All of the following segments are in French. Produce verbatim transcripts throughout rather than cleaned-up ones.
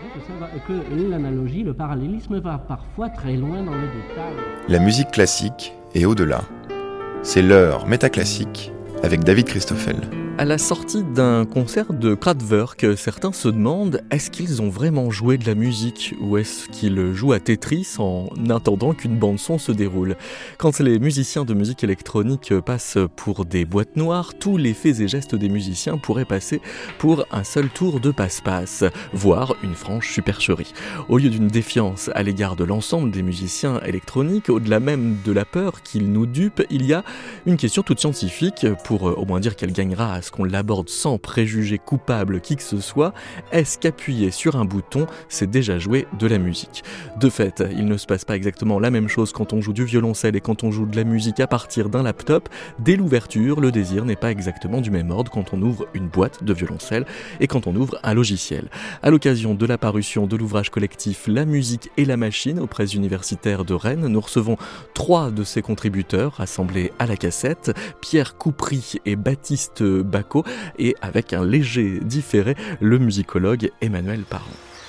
Que, ça va, que l'analogie, le parallélisme va parfois très loin dans le détail. La musique classique et au-delà. C'est l'heure métaclassique avec David Christoffel. À la sortie d'un concert de Kraftwerk, certains se demandent est-ce qu'ils ont vraiment joué de la musique ou est-ce qu'ils jouent à Tetris en attendant qu'une bande-son se déroule. Quand les musiciens de musique électronique passent pour des boîtes noires, tous les faits et gestes des musiciens pourraient passer pour un seul tour de passe-passe, voire une franche supercherie. Au lieu d'une défiance à l'égard de l'ensemble des musiciens électroniques, au-delà même de la peur qu'ils nous dupent, il y a une question toute scientifique pour au moins dire qu'elle gagnera à ce qu'on l'aborde sans préjuger coupable qui que ce soit. Est-ce qu'appuyer sur un bouton, c'est déjà jouer de la musique ? De fait, il ne se passe pas exactement la même chose quand on joue du violoncelle et quand on joue de la musique à partir d'un laptop. Dès l'ouverture, le désir n'est pas exactement du même ordre quand on ouvre une boîte de violoncelle et quand on ouvre un logiciel. À l'occasion de la parution de l'ouvrage collectif La musique et la machine aux presses universitaires de Rennes, nous recevons trois de ses contributeurs rassemblés à la cassette, Pierre Coupry et Baptiste Bacot, et avec un léger différé, le musicologue Emmanuel Parent.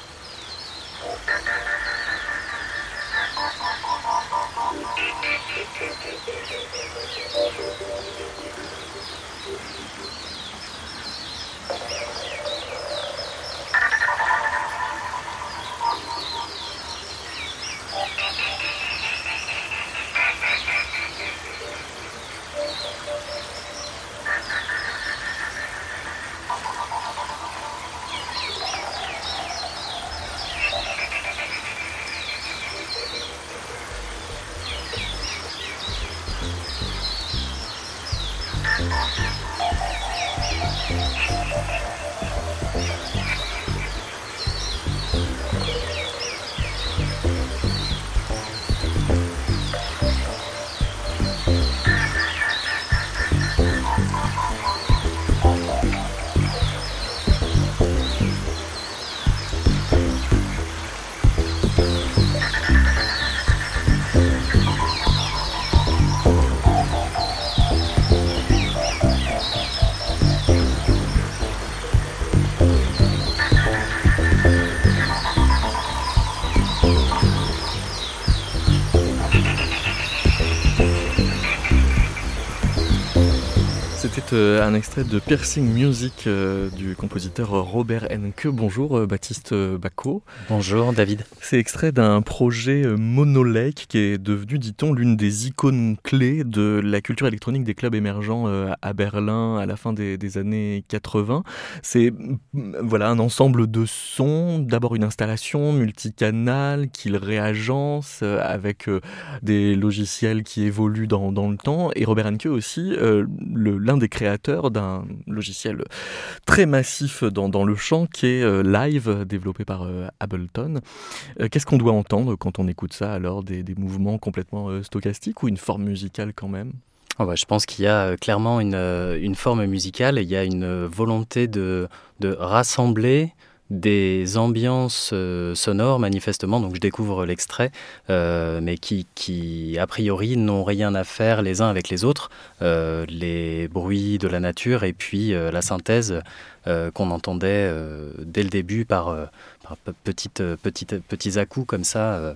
C'était un extrait de Piercing Music euh, du compositeur Robert Enke. Bonjour euh, Baptiste Bacot. Bonjour David. C'est extrait d'un projet euh, Monolake qui est devenu, dit-on, l'une des icônes clés de la culture électronique des clubs émergents euh, à Berlin à la fin des, des années quatre-vingts. C'est voilà, un ensemble de sons, d'abord une installation multicanale qu'il réagence euh, avec euh, des logiciels qui évoluent dans, dans le temps. Et Robert Enke aussi, euh, le, l'un des créateurs d'un logiciel très massif dans, dans le champ qui est euh, Live, développé par euh, Ableton. Euh, qu'est-ce qu'on doit entendre quand on écoute ça alors ? Des, des mouvements complètement euh, stochastiques ou une forme musicale quand même ? Oh bah, je pense qu'il y a euh, clairement une, euh, une forme musicale et il y a une volonté de, de rassembler des ambiances euh, sonores manifestement, donc je découvre l'extrait, euh, mais qui, qui a priori n'ont rien à faire les uns avec les autres, euh, les bruits de la nature et puis euh, la synthèse euh, qu'on entendait euh, dès le début par, euh, par petites, petites, petits à-coups comme ça. Euh.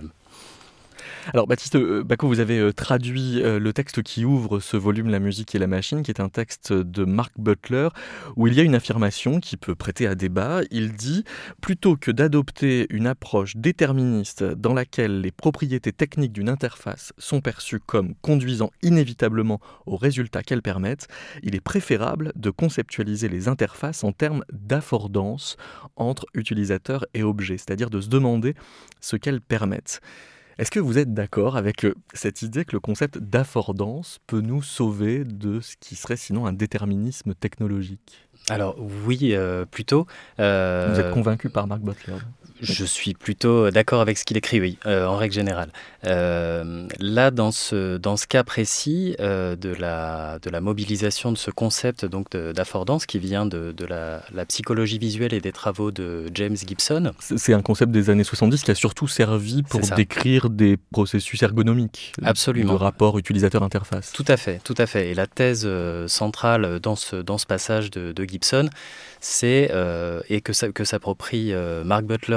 Alors Baptiste Bacot, vous avez traduit le texte qui ouvre ce volume La musique et la machine, qui est un texte de Mark Butler, où il y a une affirmation qui peut prêter à débat. Il dit « Plutôt que d'adopter une approche déterministe dans laquelle les propriétés techniques d'une interface sont perçues comme conduisant inévitablement aux résultats qu'elles permettent, il est préférable de conceptualiser les interfaces en termes d'affordance entre utilisateurs et objets, c'est-à-dire de se demander ce qu'elles permettent. » Est-ce que vous êtes d'accord avec cette idée que le concept d'affordance peut nous sauver de ce qui serait sinon un déterminisme technologique ? Alors oui, euh, plutôt. Euh, vous êtes convaincu par Mark Butler ? Je suis plutôt d'accord avec ce qu'il écrit, oui, euh, en règle générale. Euh, là, dans ce, dans ce cas précis euh, de, la, de la mobilisation de ce concept donc de, d'affordance qui vient de, de la, la psychologie visuelle et des travaux de James Gibson. C'est un concept des années soixante-dix qui a surtout servi pour décrire des processus ergonomiques. Absolument. De rapport utilisateur-interface. Tout à fait, tout à fait. Et la thèse euh, centrale dans ce, dans ce passage de, de Gibson, c'est, euh, et que, ça, que s'approprie euh, Mark Butler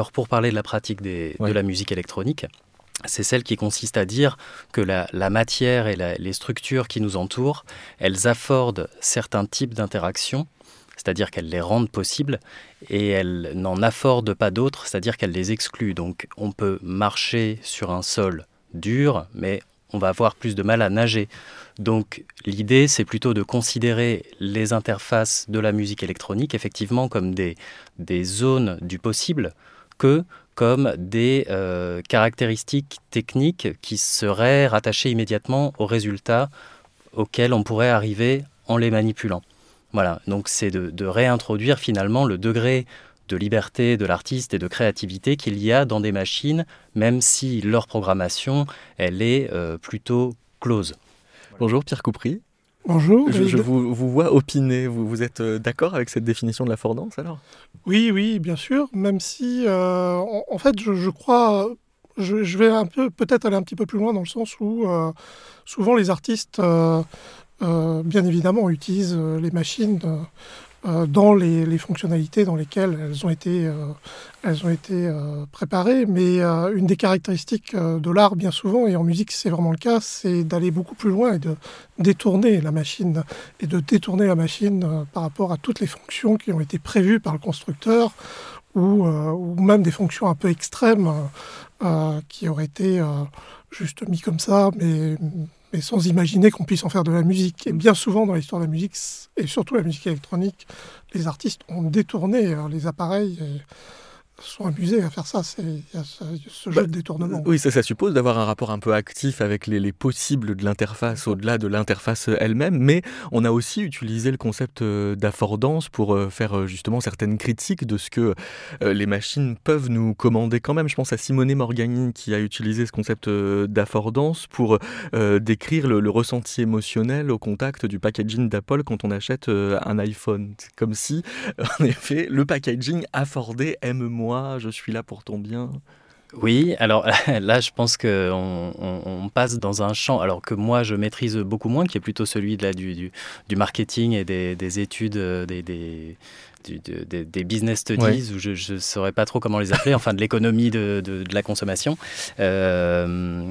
alors pour parler de la pratique des, ouais. de la musique électronique, c'est celle qui consiste à dire que la, la matière et la, les structures qui nous entourent, elles affordent certains types d'interactions, c'est-à-dire qu'elles les rendent possibles, et elles n'en affordent pas d'autres, c'est-à-dire qu'elles les excluent. Donc on peut marcher sur un sol dur, mais on va avoir plus de mal à nager. Donc l'idée, c'est plutôt de considérer les interfaces de la musique électronique, effectivement, comme des, des zones du possible, que comme des euh, caractéristiques techniques qui seraient rattachées immédiatement aux résultats auxquels on pourrait arriver en les manipulant. Voilà, donc c'est de, de réintroduire finalement le degré de liberté de l'artiste et de créativité qu'il y a dans des machines, même si leur programmation, elle est euh, plutôt close. Bonjour Pierre Coupry. Bonjour. Je, je vous, vous vois opiner. Vous, vous êtes d'accord avec cette définition de l'affordance alors ? Oui, oui, bien sûr. Même si, euh, en, en fait, je, je crois, je, je vais un peu, peut-être aller un petit peu plus loin dans le sens où euh, souvent les artistes, euh, euh, bien évidemment, utilisent les machines euh, dans les, les fonctionnalités dans lesquelles elles ont été, euh, elles ont été euh, préparées. Mais euh, une des caractéristiques de l'art, bien souvent, et en musique c'est vraiment le cas, c'est d'aller beaucoup plus loin et de détourner la machine, et de détourner la machine euh, par rapport à toutes les fonctions qui ont été prévues par le constructeur, ou, euh, ou même des fonctions un peu extrêmes euh, qui auraient été euh, juste mis comme ça, mais... mais sans imaginer qu'on puisse en faire de la musique. Et bien souvent, dans l'histoire de la musique, et surtout la musique électronique, les artistes ont détourné les appareils et sont amusés à faire ça. C'est, il y a ce, ce jeu bah, de détournement. Oui, ça, ça suppose d'avoir un rapport un peu actif avec les, les possibles de l'interface, au-delà de l'interface elle-même, mais on a aussi utilisé le concept d'affordance pour faire justement certaines critiques de ce que les machines peuvent nous commander quand même. Je pense à Simone Morgagni qui a utilisé ce concept d'affordance pour euh, décrire le, le ressenti émotionnel au contact du packaging d'Apple quand on achète un iPhone. C'est comme si, en effet, le packaging affordé aime-moi, je suis là pour ton bien. Oui, alors là, je pense qu'on on, on passe dans un champ, alors que moi, je maîtrise beaucoup moins, qui est plutôt celui de la, du, du, du marketing et des, des études, des, des, du, des, des business studies, ouais. Où je ne saurais pas trop comment les appeler, enfin de l'économie de, de, de la consommation. Euh,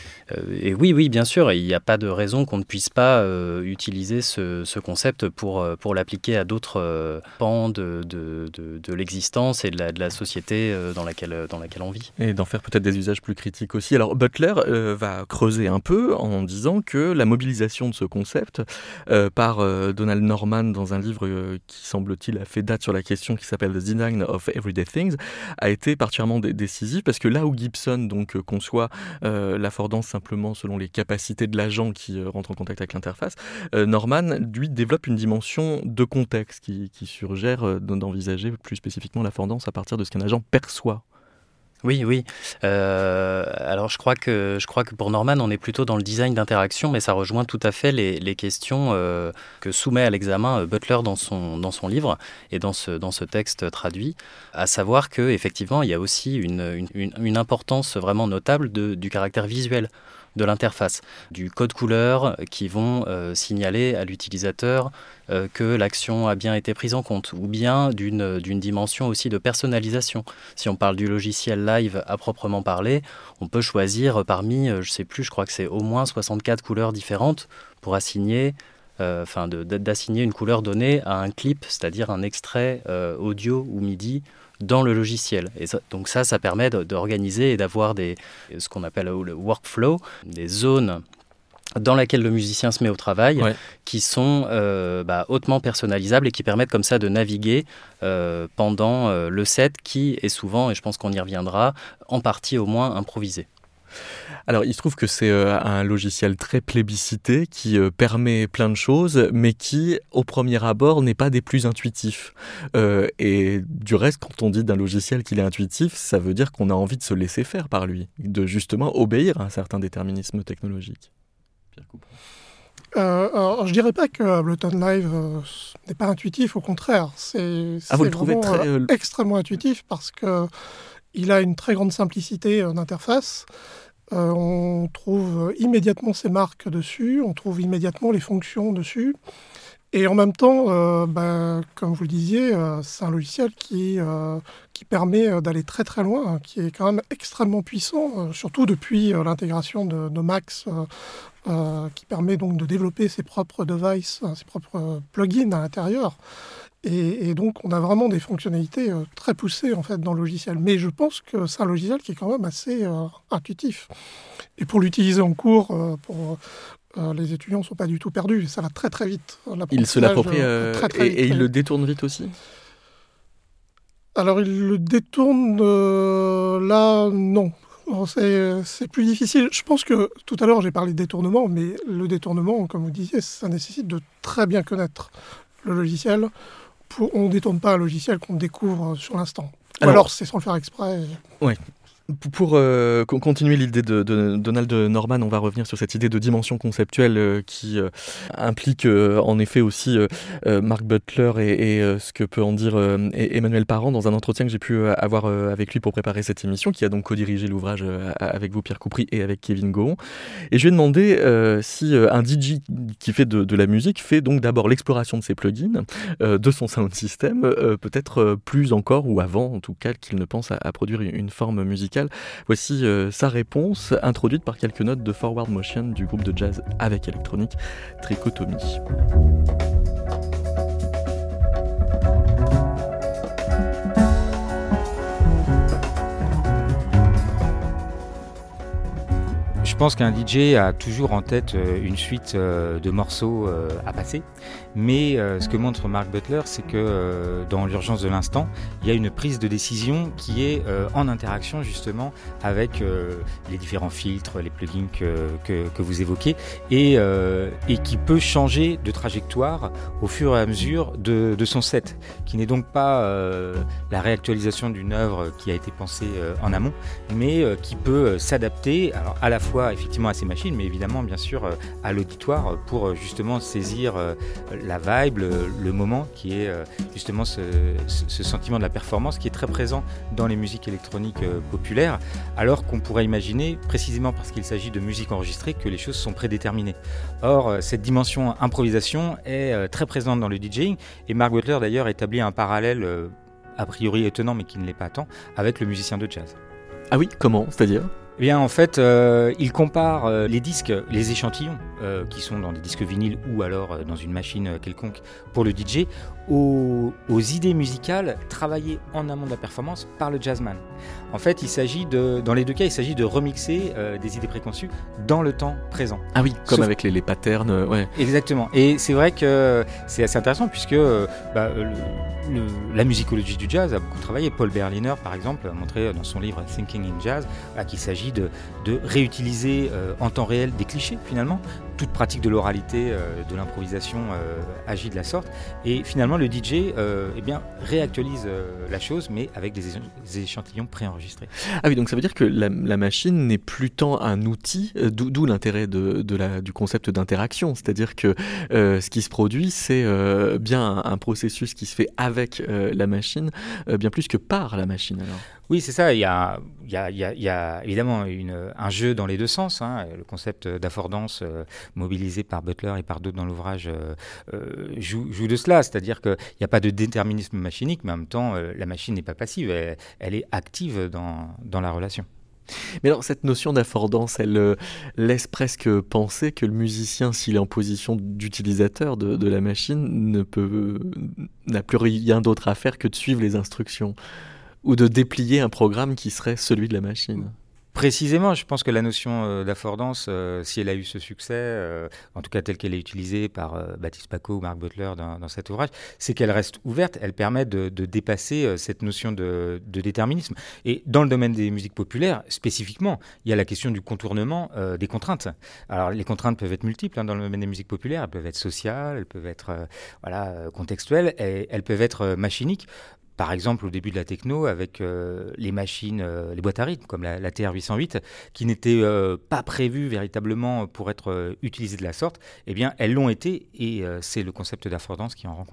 et oui, oui, bien sûr, il n'y a pas de raison qu'on ne puisse pas euh, utiliser ce, ce concept pour, pour l'appliquer à d'autres euh, pans de, de, de, de l'existence et de la, de la société dans laquelle, dans laquelle on vit. Et d'en faire peut-être des usages plus critiques aussi. Alors Butler euh, va creuser un peu en disant que la mobilisation de ce concept euh, par euh, Donald Norman dans un livre euh, qui semble-t-il a fait date sur la question qui s'appelle The Design of Everyday Things a été particulièrement dé- décisif parce que là où Gibson donc euh, conçoit euh, l'affordance simplement selon les capacités de l'agent qui euh, rentre en contact avec l'interface, euh, Norman lui développe une dimension de contexte qui, qui suggère euh, d'envisager plus spécifiquement l'affordance à partir de ce qu'un agent perçoit. Oui, oui. Euh, alors je crois que je crois que pour Norman, on est plutôt dans le design d'interaction, mais ça rejoint tout à fait les, les questions euh, que soumet à l'examen Butler dans son dans son livre et dans ce dans ce texte traduit, à savoir que effectivement, il y a aussi une une, une importance vraiment notable de, du caractère visuel de l'interface, du code couleur qui vont euh, signaler à l'utilisateur euh, que l'action a bien été prise en compte, ou bien d'une, d'une dimension aussi de personnalisation. Si on parle du logiciel live à proprement parler, on peut choisir parmi, euh, je ne sais plus, je crois que c'est au moins soixante-quatre couleurs différentes pour assigner, euh, enfin de, d'assigner une couleur donnée à un clip, c'est-à-dire un extrait euh, audio ou MIDI dans le logiciel. Et ça, donc ça, ça permet de, d'organiser et d'avoir des, ce qu'on appelle le workflow, des zones dans lesquelles le musicien se met au travail, ouais. qui sont euh, bah, hautement personnalisables et qui permettent comme ça de naviguer euh, pendant euh, le set qui est souvent, et je pense qu'on y reviendra, en partie au moins improvisé. Alors, il se trouve que c'est euh, un logiciel très plébiscité qui euh, permet plein de choses, mais qui, au premier abord, n'est pas des plus intuitifs. Euh, et du reste, quand on dit d'un logiciel qu'il est intuitif, ça veut dire qu'on a envie de se laisser faire par lui, de justement obéir à un certain déterminisme technologique. Pierre Coupry. Euh, alors, je dirais pas que Ableton Live euh, n'est pas intuitif, au contraire. C'est, ah, vous c'est le trouvez vraiment, très... euh, extrêmement intuitif parce que il a une très grande simplicité euh, d'interface. Euh, on trouve immédiatement ses marques dessus, on trouve immédiatement les fonctions dessus. Et en même temps, euh, bah, comme vous le disiez, euh, c'est un logiciel qui, euh, qui permet d'aller très très loin, hein, qui est quand même extrêmement puissant, euh, surtout depuis euh, l'intégration de, de Max, euh, euh, qui permet donc de développer ses propres devices, hein, ses propres plugins à l'intérieur. Et, et donc, on a vraiment des fonctionnalités euh, très poussées en fait dans le logiciel. Mais je pense que c'est un logiciel qui est quand même assez euh, intuitif. Et pour l'utiliser en cours, euh, pour Euh, les étudiants ne sont pas du tout perdus, ça va très très vite. Ils se l'approprient euh, très, très et, vite, et ils très le vite. détournent vite aussi. Alors ils le détournent euh, là, non. Alors, c'est, c'est plus difficile. Je pense que tout à l'heure j'ai parlé de détournement, mais le détournement, comme vous disiez, ça nécessite de très bien connaître le logiciel. Pour, on ne détourne pas un logiciel qu'on découvre sur l'instant. Ou alors, alors c'est sans le faire exprès. Et... Ouais. Pour euh, continuer l'idée de, de Donald Norman, on va revenir sur cette idée de dimension conceptuelle euh, qui euh, implique euh, en effet aussi euh, euh, Mark Butler et, et euh, ce que peut en dire euh, Emmanuel Parent dans un entretien que j'ai pu euh, avoir euh, avec lui pour préparer cette émission, qui a donc co-dirigé l'ouvrage euh, avec vous, Pierre Coupry, et avec Kevin Gohon. Et je lui ai demandé euh, si euh, un D J qui fait de, de la musique fait donc d'abord l'exploration de ses plugins, euh, de son sound system, euh, peut-être euh, plus encore, ou avant en tout cas, qu'il ne pense à, à produire une forme musicale. Voici euh, sa réponse, introduite par quelques notes de Forward Motion du groupe de jazz avec électronique Trichotomie. Je pense qu'un D J a toujours en tête une suite de morceaux à passer, mais ce que montre Mark Butler, c'est que dans l'urgence de l'instant, il y a une prise de décision qui est en interaction justement avec les différents filtres, les plugins que, que, que vous évoquez, et, et qui peut changer de trajectoire au fur et à mesure de, de son set, qui n'est donc pas la réactualisation d'une œuvre qui a été pensée en amont, mais qui peut s'adapter alors à la fois effectivement à ces machines, mais évidemment bien sûr à l'auditoire pour justement saisir la vibe, le, le moment qui est justement ce, ce sentiment de la performance qui est très présent dans les musiques électroniques populaires, alors qu'on pourrait imaginer, précisément parce qu'il s'agit de musique enregistrée, que les choses sont prédéterminées. Or, cette dimension improvisation est très présente dans le DJing, et Mark Butler d'ailleurs établit un parallèle a priori étonnant, mais qui ne l'est pas tant, avec le musicien de jazz. Ah oui, comment ? C'est-à-dire ? Eh bien, en fait, euh, il compare euh, les disques, les échantillons, euh, qui sont dans des disques vinyles ou alors euh, dans une machine quelconque pour le D J, aux, aux idées musicales travaillées en amont de la performance par le jazzman. En fait, il s'agit de, dans les deux cas, il s'agit de remixer euh, des idées préconçues dans le temps présent. Ah oui, comme Sauf... avec les, les patterns, euh, ouais. Exactement. Et c'est vrai que c'est assez intéressant puisque euh, bah, le, le, la musicologie du jazz a beaucoup travaillé. Paul Berliner, par exemple, a montré dans son livre Thinking in Jazz là, qu'il s'agit de, de réutiliser euh, en temps réel des clichés, finalement. Toute pratique de l'oralité, euh, de l'improvisation euh, agit de la sorte. Et finalement, le D J euh, eh bien, réactualise euh, la chose, mais avec des, éch- des échantillons préenregistrés. Ah oui, donc ça veut dire que la, la machine n'est plus tant un outil, euh, d'où, d'où l'intérêt de, de la, du concept d'interaction. C'est-à-dire que euh, ce qui se produit, c'est euh, bien un, un processus qui se fait avec euh, la machine, euh, bien plus que par la machine, alors. Oui, c'est ça. Il y a, il y a, il y a, il y a évidemment une, un jeu dans les deux sens. Hein. Le concept d'affordance euh, mobilisé par Butler et par d'autres dans l'ouvrage euh, euh, joue, joue de cela. C'est-à-dire qu'il n'y a pas de déterminisme machinique, mais en même temps, euh, la machine n'est pas passive. Elle, elle est active dans, dans la relation. Mais alors, cette notion d'affordance, elle euh, laisse presque penser que le musicien, s'il est en position d'utilisateur de, de la machine, ne peut, n'a plus rien d'autre à faire que de suivre les instructions. Ou de déplier un programme qui serait celui de la machine. Précisément, je pense que la notion euh, d'affordance, euh, si elle a eu ce succès, euh, en tout cas telle qu'elle est utilisée par euh, Baptiste Paco ou Mark Butler dans, dans cet ouvrage, c'est qu'elle reste ouverte, elle permet de, de dépasser euh, cette notion de, de déterminisme. Et dans le domaine des musiques populaires, spécifiquement, il y a la question du contournement euh, des contraintes. Alors les contraintes peuvent être multiples hein, dans le domaine des musiques populaires, elles peuvent être sociales, elles peuvent être euh, voilà, contextuelles, et elles peuvent être euh, machiniques. Par exemple, au début de la techno, avec euh, les machines, euh, les boîtes à rythme, comme la, la T R huit cent huit, qui n'étaient euh, pas prévues véritablement pour être euh, utilisées de la sorte, eh bien, elles l'ont été, et euh, c'est le concept d'affordance qui en rend compte.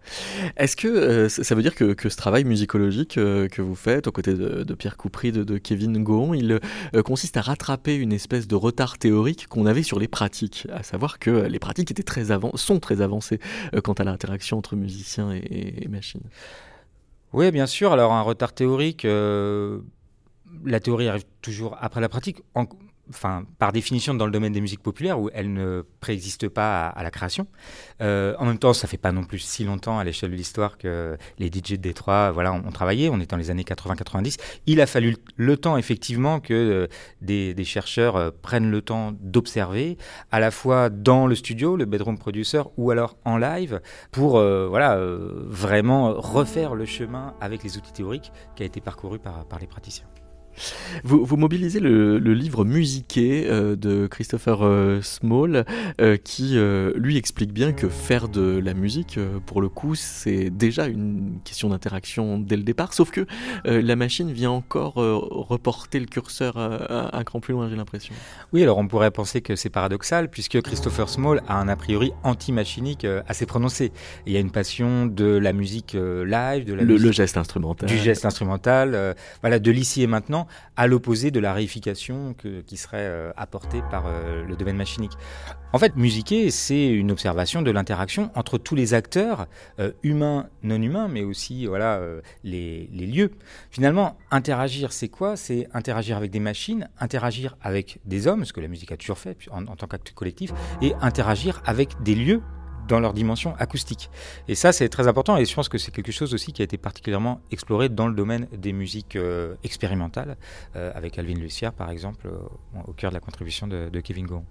Est-ce que euh, ça veut dire que, que ce travail musicologique euh, que vous faites aux côtés de, de Pierre Coupry, de, de Kevin Gohon, il euh, consiste à rattraper une espèce de retard théorique qu'on avait sur les pratiques, à savoir que les pratiques étaient très avan- sont très avancées euh, quant à l'interaction entre musiciens et, et machines? Oui, bien sûr. Alors, un retard théorique, euh, la théorie arrive toujours après la pratique. En, Enfin, par définition, dans le domaine des musiques populaires, où elle ne préexiste pas à, à la création. Euh, en même temps, ça ne fait pas non plus si longtemps à l'échelle de l'histoire que les D J de Détroit voilà, ont, ont travaillé. On est dans les années quatre-vingts quatre-vingt-dix. Il a fallu le temps, effectivement, que euh, des, des chercheurs euh, prennent le temps d'observer, à la fois dans le studio, le bedroom producer, ou alors en live, pour euh, voilà, euh, vraiment refaire le chemin avec les outils théoriques qui a été parcouru par, par les praticiens. Vous, vous mobilisez le, le livre Musiqué euh, de Christopher euh, Small euh, qui euh, lui explique bien que faire de la musique euh, pour le coup c'est déjà une question d'interaction dès le départ, sauf que euh, la machine vient encore euh, reporter le curseur euh, un cran plus loin, j'ai l'impression. Oui, alors on pourrait penser que c'est paradoxal puisque Christopher Small a un a priori anti-machinique euh, assez prononcé. Il y a une passion de la musique euh, live, de la le, musique, le geste instrumental, du geste instrumental, euh, voilà, de l'ici et maintenant, à l'opposé de la réification que, qui serait euh, apportée par euh, le domaine machinique. En fait, musiquer, c'est une observation de l'interaction entre tous les acteurs, euh, humains, non humains, mais aussi voilà, euh, les, les lieux. Finalement, interagir, c'est quoi ? C'est interagir avec des machines, interagir avec des hommes, ce que la musique a toujours fait en, en tant qu'acte collectif, et interagir avec des lieux dans leur dimension acoustique. Et ça, c'est très important, et je pense que c'est quelque chose aussi qui a été particulièrement exploré dans le domaine des musiques euh, expérimentales, euh, avec Alvin Lucière, par exemple, euh, au cœur de la contribution de, de Kevin Gohon.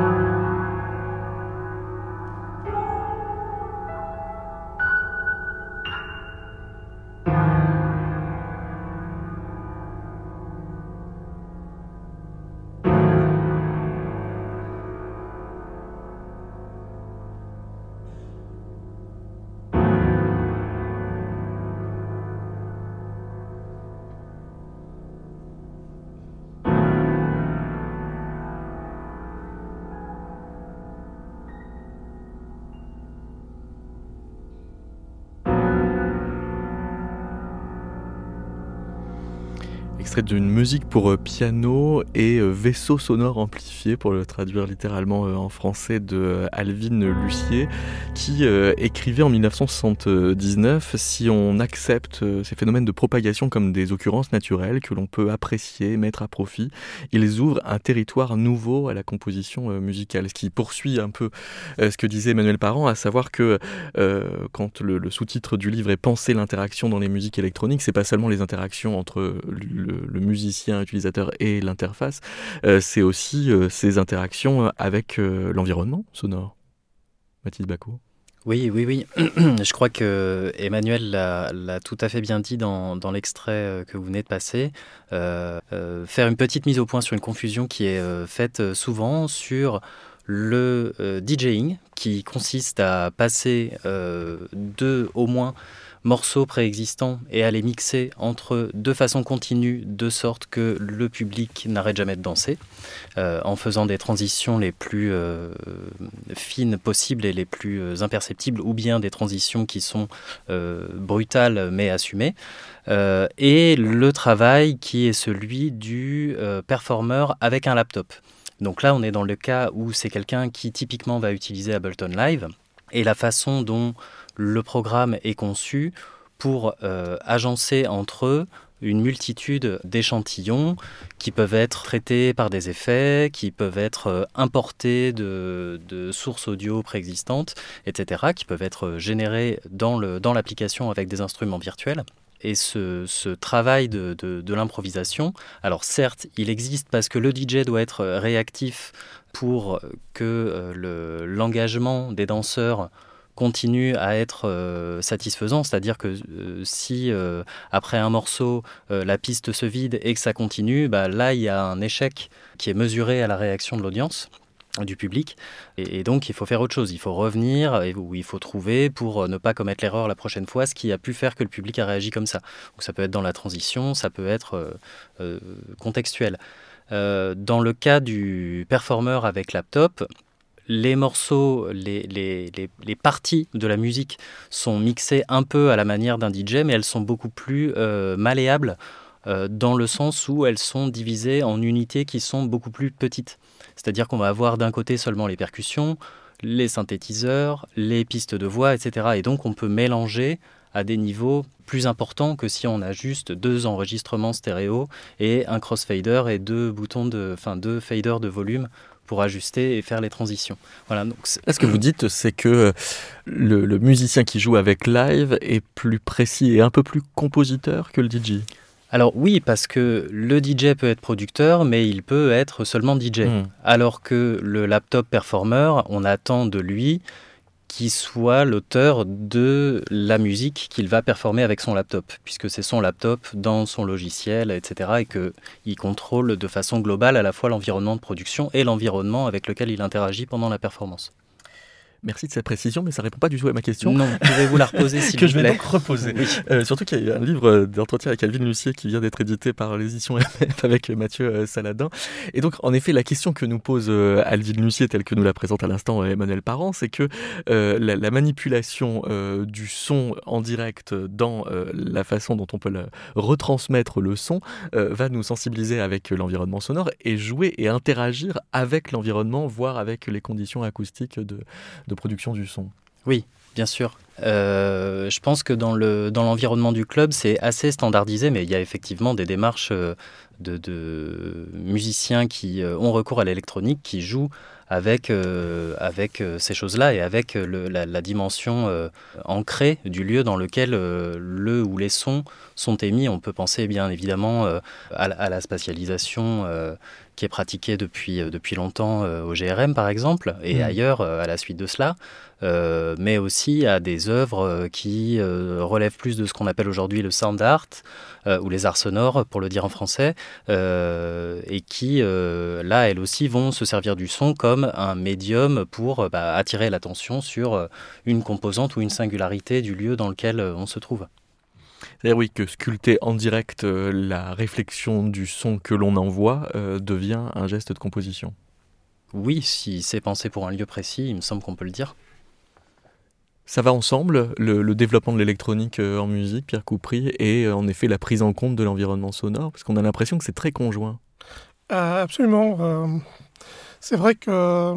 Extrait d'une musique pour piano et vaisseau sonore amplifié, pour le traduire littéralement en français, de Alvin Lucier, qui euh, écrivait en dix-neuf cent soixante-dix-neuf « Si on accepte ces phénomènes de propagation comme des occurrences naturelles que l'on peut apprécier, mettre à profit, ils ouvrent un territoire nouveau à la composition musicale ». Ce qui poursuit un peu euh, ce que disait Emmanuel Parent, à savoir que euh, quand le, le sous-titre du livre est « Penser l'interaction dans les musiques électroniques », c'est pas seulement les interactions entre le Le, le musicien utilisateur et l'interface, euh, c'est aussi euh, ces interactions avec euh, l'environnement sonore. Mathilde Bacot. Oui, oui, oui. Je crois que Emmanuel l'a, l'a tout à fait bien dit dans, dans l'extrait que vous venez de passer. Euh, euh, faire une petite mise au point sur une confusion qui est euh, faite souvent sur le euh, DJing, qui consiste à passer euh, deux au moins morceaux préexistants et à les mixer entre eux de façon continue, de sorte que le public n'arrête jamais de danser, euh, en faisant des transitions les plus euh, fines possibles et les plus euh, imperceptibles, ou bien des transitions qui sont euh, brutales mais assumées. Euh, et le travail qui est celui du euh, performeur avec un laptop. Donc là, on est dans le cas où c'est quelqu'un qui typiquement va utiliser Ableton Live, et la façon dont le programme est conçu pour euh, agencer entre eux une multitude d'échantillons qui peuvent être traités par des effets, qui peuvent être euh, importés de, de sources audio préexistantes, et cetera, qui peuvent être générés dans, le, dans l'application avec des instruments virtuels. Et ce, ce travail de, de, de l'improvisation, alors certes, il existe parce que le D J doit être réactif pour que euh, le, l'engagement des danseurs continue à être euh, satisfaisant, c'est-à-dire que euh, si euh, après un morceau euh, la piste se vide et que ça continue, bah, là il y a un échec qui est mesuré à la réaction de l'audience, du public, et, et donc il faut faire autre chose, il faut revenir, et, ou il faut trouver pour ne pas commettre l'erreur la prochaine fois, ce qui a pu faire que le public a réagi comme ça. Donc ça peut être dans la transition, ça peut être euh, euh, contextuel. Euh, dans le cas du performeur avec laptop, les morceaux, les, les, les, les parties de la musique sont mixées un peu à la manière d'un D J, mais elles sont beaucoup plus euh, malléables euh, dans le sens où elles sont divisées en unités qui sont beaucoup plus petites. C'est-à-dire qu'on va avoir d'un côté seulement les percussions, les synthétiseurs, les pistes de voix, et cetera. Et donc on peut mélanger à des niveaux plus importants que si on a juste deux enregistrements stéréo et un crossfader et deux boutons de, enfin deux faders de volume pour ajuster et faire les transitions. Voilà. Donc là, ce que vous dites, c'est que le, le musicien qui joue avec live est plus précis et un peu plus compositeur que le D J. Alors oui, parce que le D J peut être producteur, mais il peut être seulement D J. Mmh. Alors que le laptop performer, on attend de lui qu'il soit l'auteur de la musique qu'il va performer avec son laptop, puisque c'est son laptop dans son logiciel, et cetera, et qu'il contrôle de façon globale à la fois l'environnement de production et l'environnement avec lequel il interagit pendant la performance. Merci de cette précision, mais ça ne répond pas du tout à ma question. Non, pouvez-vous la reposer s'il que vous je vais plaît. donc reposer. Oui. Euh, surtout qu'il y a un livre d'entretien avec Alvin Lucier qui vient d'être édité par les éditions M F avec Mathieu Saladin. Et donc, en effet, la question que nous pose euh, Alvin Lucier, telle que nous la présente à l'instant Emmanuel Parent, c'est que euh, la, la manipulation euh, du son en direct dans euh, la façon dont on peut le, retransmettre le son euh, va nous sensibiliser avec l'environnement sonore et jouer et interagir avec l'environnement, voire avec les conditions acoustiques de de production du son. Oui, bien sûr. Euh, je pense que dans, le, dans l'environnement du club, c'est assez standardisé, mais il y a effectivement des démarches de, de musiciens qui ont recours à l'électronique, qui jouent avec, euh, avec ces choses-là et avec le, la, la dimension euh, ancrée du lieu dans lequel euh, le ou les sons sont émis. On peut penser bien évidemment euh, à, à la spatialisation euh, qui est pratiquée depuis, euh, depuis longtemps euh, au G R M par exemple, et mmh. ailleurs euh, à la suite de cela, euh, mais aussi à des œuvres euh, qui euh, relèvent plus de ce qu'on appelle aujourd'hui le sound art, euh, ou les arts sonores pour le dire en français, euh, et qui euh, là elles aussi vont se servir du son comme un médium pour bah, attirer l'attention sur une composante ou une singularité du lieu dans lequel on se trouve. C'est-à-dire oui, que sculpter en direct euh, la réflexion du son que l'on envoie euh, devient un geste de composition. Oui, si c'est pensé pour un lieu précis, il me semble qu'on peut le dire. Ça va ensemble, le, le développement de l'électronique euh, en musique, Pierre Coupry, et euh, en effet la prise en compte de l'environnement sonore, parce qu'on a l'impression que c'est très conjoint. Euh, absolument. Euh, c'est vrai que...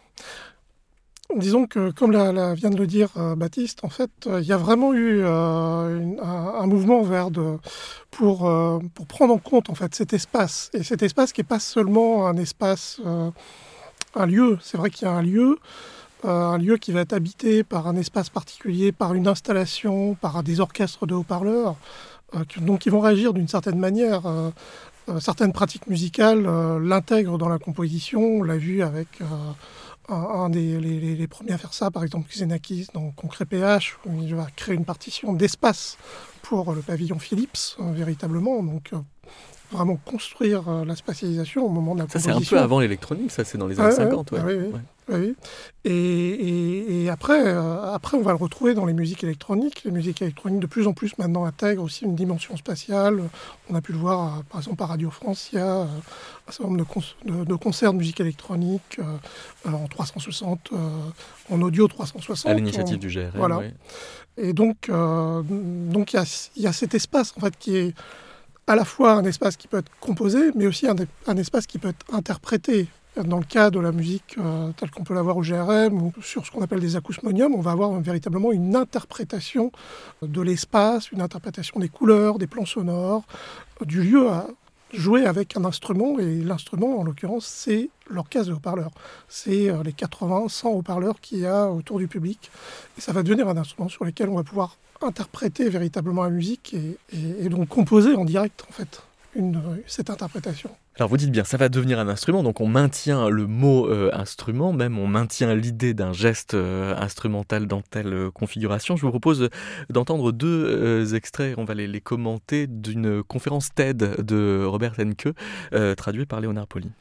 Disons que, comme la, la, vient de le dire euh, Baptiste, en fait, il euh, y a vraiment eu euh, une, un, un mouvement vers de, pour, euh, pour prendre en compte en fait, cet espace. Et cet espace qui n'est pas seulement un espace, euh, un lieu. C'est vrai qu'il y a un lieu, euh, un lieu qui va être habité par un espace particulier, par une installation, par des orchestres de haut-parleurs, euh, qui, donc qui vont réagir d'une certaine manière. Euh, euh, certaines pratiques musicales euh, l'intègrent dans la composition. On l'a vu avec... Euh, Un des les, les premiers à faire ça, par exemple, Xenakis dans Concret P H, où il va créer une partition d'espace pour le pavillon Philips, euh, véritablement. Donc, euh, vraiment construire euh, la spatialisation au moment de la ça, composition. Ça, c'est un peu avant l'électronique, ça, c'est dans les années ouais, cinquante. Ouais. Ouais, oui, ouais. oui. Et, et, et après, euh, après, on va le retrouver dans les musiques électroniques. Les musiques électroniques, de plus en plus, maintenant, intègrent aussi une dimension spatiale. On a pu le voir, euh, par exemple, à Radio France, il y a euh, un certain nombre de, con- de, de concerts de musique électronique euh, en trois cent soixante, euh, en audio trois cent soixante. À l'initiative on, du G R M, voilà. Ouais. Et donc, euh, donc il y a, y a cet espace, en fait, qui est à la fois un espace qui peut être composé, mais aussi un, un espace qui peut être interprété. Dans le cas de la musique euh, telle qu'on peut l'avoir au G R M ou sur ce qu'on appelle des acousmoniums, on va avoir véritablement une interprétation de l'espace, une interprétation des couleurs, des plans sonores, du lieu à jouer avec un instrument. Et l'instrument, en l'occurrence, c'est l'orchestre de haut-parleurs. C'est euh, les quatre-vingts, cent haut-parleurs qu'il y a autour du public. Et ça va devenir un instrument sur lequel on va pouvoir interpréter véritablement la musique et, et, et donc composer en direct, en fait, une, cette interprétation. Alors vous dites bien, ça va devenir un instrument, donc on maintient le mot euh, instrument, même on maintient l'idée d'un geste euh, instrumental dans telle euh, configuration. Je vous propose d'entendre deux euh, extraits, on va les, les commenter, d'une conférence TED de Robert Henke, euh, traduit par Léonard Poli.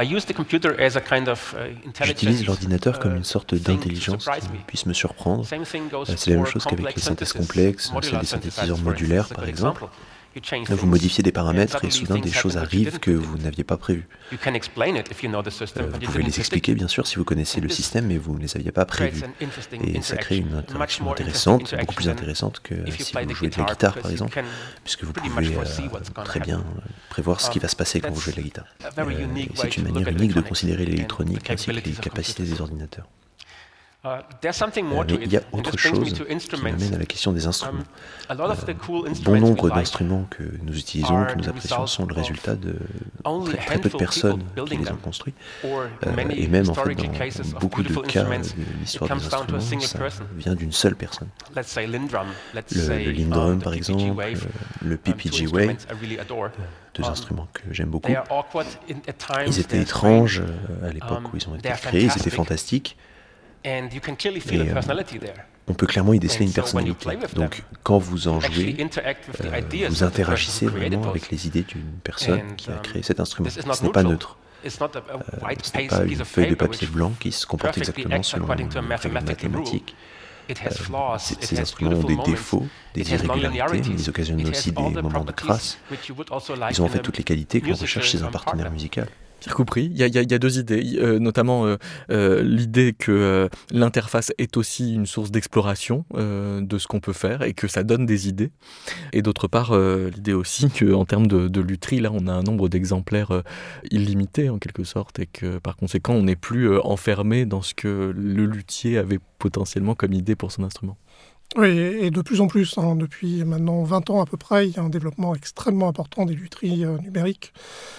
J'utilise l'ordinateur comme une sorte d'intelligence qui puisse me surprendre. C'est la même chose qu'avec les synthèses complexes, celle des synthétiseurs modulaires par exemple. Vous modifiez des paramètres et soudain des choses arrivent que vous n'aviez pas prévues. Euh, vous pouvez les expliquer bien sûr si vous connaissez le système, mais vous ne les aviez pas prévues. Et ça crée une interaction intéressante, beaucoup plus intéressante que si vous jouez de la guitare par exemple, puisque vous pouvez euh, très bien prévoir ce qui va se passer quand vous jouez de la guitare. Euh, et c'est une manière unique de considérer l'électronique ainsi que les capacités des ordinateurs. Euh, mais il y a autre chose qui m'amène à la question des instruments. Euh, bon nombre d'instruments que nous utilisons, que nous apprécions, sont le résultat de très, très peu de personnes qui les ont construits. Euh, et même en fait, dans beaucoup de cas de l'histoire des instruments, ça vient d'une seule personne. Le, le Lindrum par exemple, euh, le P P G Wave, euh, deux instruments que j'aime beaucoup. Ils étaient étranges euh, à l'époque où ils ont été créés, ils étaient fantastiques. Et euh, on peut clairement y déceler une personnalité. Donc, quand vous en jouez, euh, vous interagissez vraiment avec les idées d'une personne qui a créé cet instrument. Ce n'est pas neutre. Euh, ce n'est pas une feuille de papier blanc qui se comporte exactement selon les règles mathématiques. Euh, ces instruments ont des défauts, des irrégularités, mais ils occasionnent aussi des moments de grâce. Ils ont en fait toutes les qualités qu'on recherche chez un partenaire musical. Pierre Coupry, il y, y, y a deux idées, euh, notamment euh, euh, l'idée que euh, l'interface est aussi une source d'exploration euh, de ce qu'on peut faire et que ça donne des idées. Et d'autre part, euh, l'idée aussi qu'en termes de, de lutherie, là, on a un nombre d'exemplaires euh, illimité en quelque sorte et que par conséquent, on n'est plus euh, enfermé dans ce que le luthier avait potentiellement comme idée pour son instrument. Oui, et de plus en plus, hein, depuis maintenant vingt ans à peu près, il y a un développement extrêmement important des lutheries euh, numériques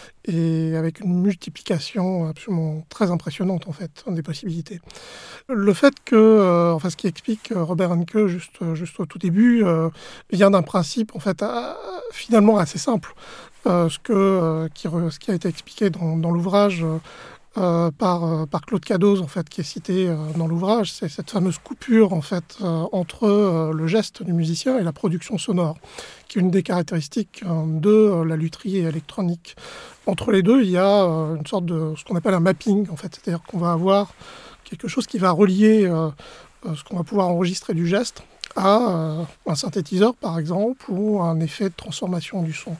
et avec une multiplication absolument très impressionnante en fait des possibilités. Le fait que, euh, enfin ce qui explique euh, Robert Henke juste, juste au tout début, euh, vient d'un principe en fait à, finalement assez simple, euh, ce, que, euh, qui, ce qui a été expliqué dans, dans l'ouvrage euh, Euh, par, euh, par Claude Cadoz, en fait, qui est cité euh, dans l'ouvrage, c'est cette fameuse coupure en fait, euh, entre euh, le geste du musicien et la production sonore, qui est une des caractéristiques euh, de euh, la lutherie électronique. Entre les deux, il y a euh, une sorte de ce qu'on appelle un mapping, en fait, c'est-à-dire qu'on va avoir quelque chose qui va relier euh, euh, ce qu'on va pouvoir enregistrer du geste à euh, un synthétiseur, par exemple, ou un effet de transformation du son.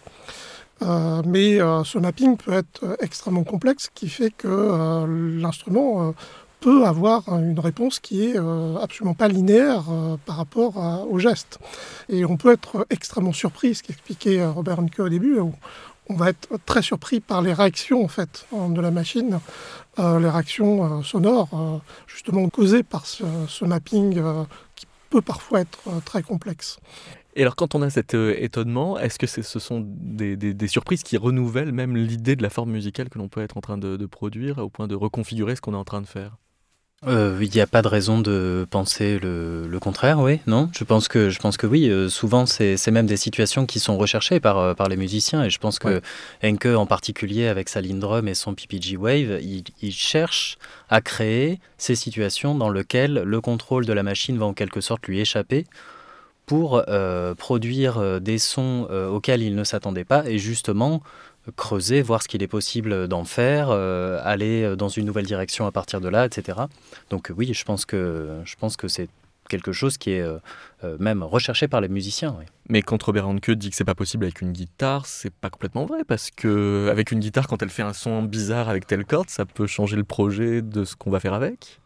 Euh, mais euh, ce mapping peut être euh, extrêmement complexe, qui fait que euh, l'instrument euh, peut avoir une réponse qui est euh, absolument pas linéaire euh, par rapport à, au geste. Et on peut être extrêmement surpris, ce qu'expliquait euh, Robert Henke au début, où on va être très surpris par les réactions en fait, de la machine, euh, les réactions euh, sonores, euh, justement causées par ce, ce mapping euh, qui peut parfois être euh, très complexe. Et alors quand on a cet euh, étonnement, est-ce que c'est, ce sont des, des, des surprises qui renouvellent même l'idée de la forme musicale que l'on peut être en train de, de produire au point de reconfigurer ce qu'on est en train de faire ? Il euh, n'y a pas de raison de penser le, le contraire, oui, non ? Je pense que, je pense que oui, euh, souvent c'est, c'est même des situations qui sont recherchées par, euh, par les musiciens et je pense que ouais. Henke en particulier avec sa Lindrum et son P P G Wave, il, il cherche à créer ces situations dans lesquelles le contrôle de la machine va en quelque sorte lui échapper pour euh, produire des sons euh, auxquels il ne s'attendait pas et justement creuser, voir ce qu'il est possible d'en faire, euh, aller dans une nouvelle direction à partir de là, et cetera. Donc oui, je pense que, je pense que c'est quelque chose qui est euh, même recherché par les musiciens. Oui. Mais quand Robert Henke dit que c'est pas possible avec une guitare, c'est pas complètement vrai, parce que avec une guitare, quand elle fait un son bizarre avec telle corde, ça peut changer le projet de ce qu'on va faire avec.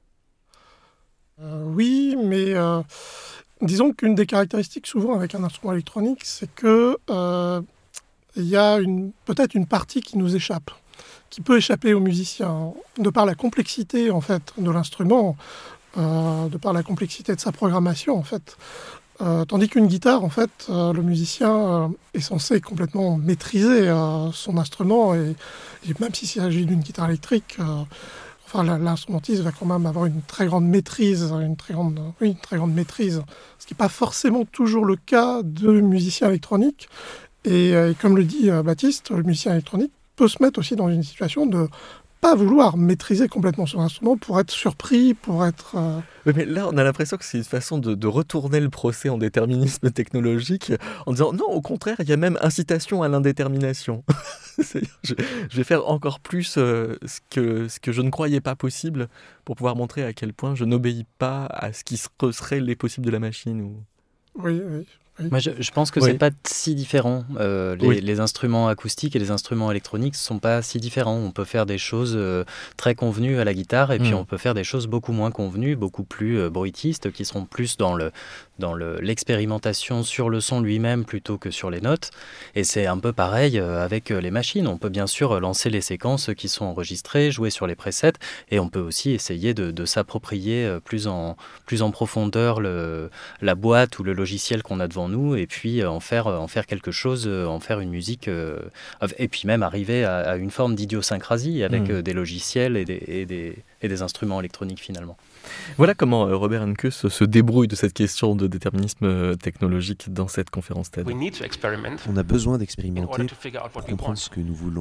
Euh, oui, mais euh, disons qu'une des caractéristiques souvent avec un instrument électronique, c'est que euh, il y a une, peut-être une partie qui nous échappe, qui peut échapper aux musiciens, de par la complexité en fait, de l'instrument, euh, de par la complexité de sa programmation en fait. Euh, tandis qu'une guitare, en fait, euh, le musicien euh, est censé complètement maîtriser euh, son instrument, et, et même s'il s'agit d'une guitare électrique, euh, enfin, l'instrumentiste va quand même avoir une très grande maîtrise, une très grande, oui, une très grande maîtrise, ce qui n'est pas forcément toujours le cas de musiciens électroniques. Et, et comme le dit euh, Baptiste, le musicien électronique peut se mettre aussi dans une situation de pas vouloir maîtriser complètement son instrument pour être surpris, pour être... Euh... Oui, mais là, on a l'impression que c'est une façon de, de retourner le procès en déterminisme technologique en disant non, au contraire, il y a même incitation à l'indétermination. C'est-à-dire, je, je vais faire encore plus euh, ce, que, ce que je ne croyais pas possible pour pouvoir montrer à quel point je n'obéis pas à ce qui seraient les possibles de la machine. Ou... Oui, oui. Oui. Moi, je, je pense que Oui. c'est pas si différent. Euh, les, Oui. les instruments acoustiques et les instruments électroniques sont pas si différents. On peut faire des choses euh, très convenues à la guitare et puis Mm. on peut faire des choses beaucoup moins convenues, beaucoup plus euh, bruitistes, qui seront plus dans le dans le, l'expérimentation sur le son lui-même plutôt que sur les notes. Et c'est un peu pareil euh, avec euh, les machines. On peut bien sûr lancer les séquences qui sont enregistrées, jouer sur les presets, et on peut aussi essayer de, de s'approprier euh, plus en plus en profondeur le, la boîte ou le logiciel qu'on a devant nous, et puis euh, en faire en faire quelque chose, euh, en faire une musique, euh, et puis même arriver à, à une forme d'idiosyncrasie avec Mm. euh, des logiciels et des, et des et des instruments électroniques finalement. Voilà comment euh, Robert Henke se, se débrouille de cette question de déterminisme euh, technologique dans cette conférence TED. On a besoin d'expérimenter pour comprendre ce que nous voulons.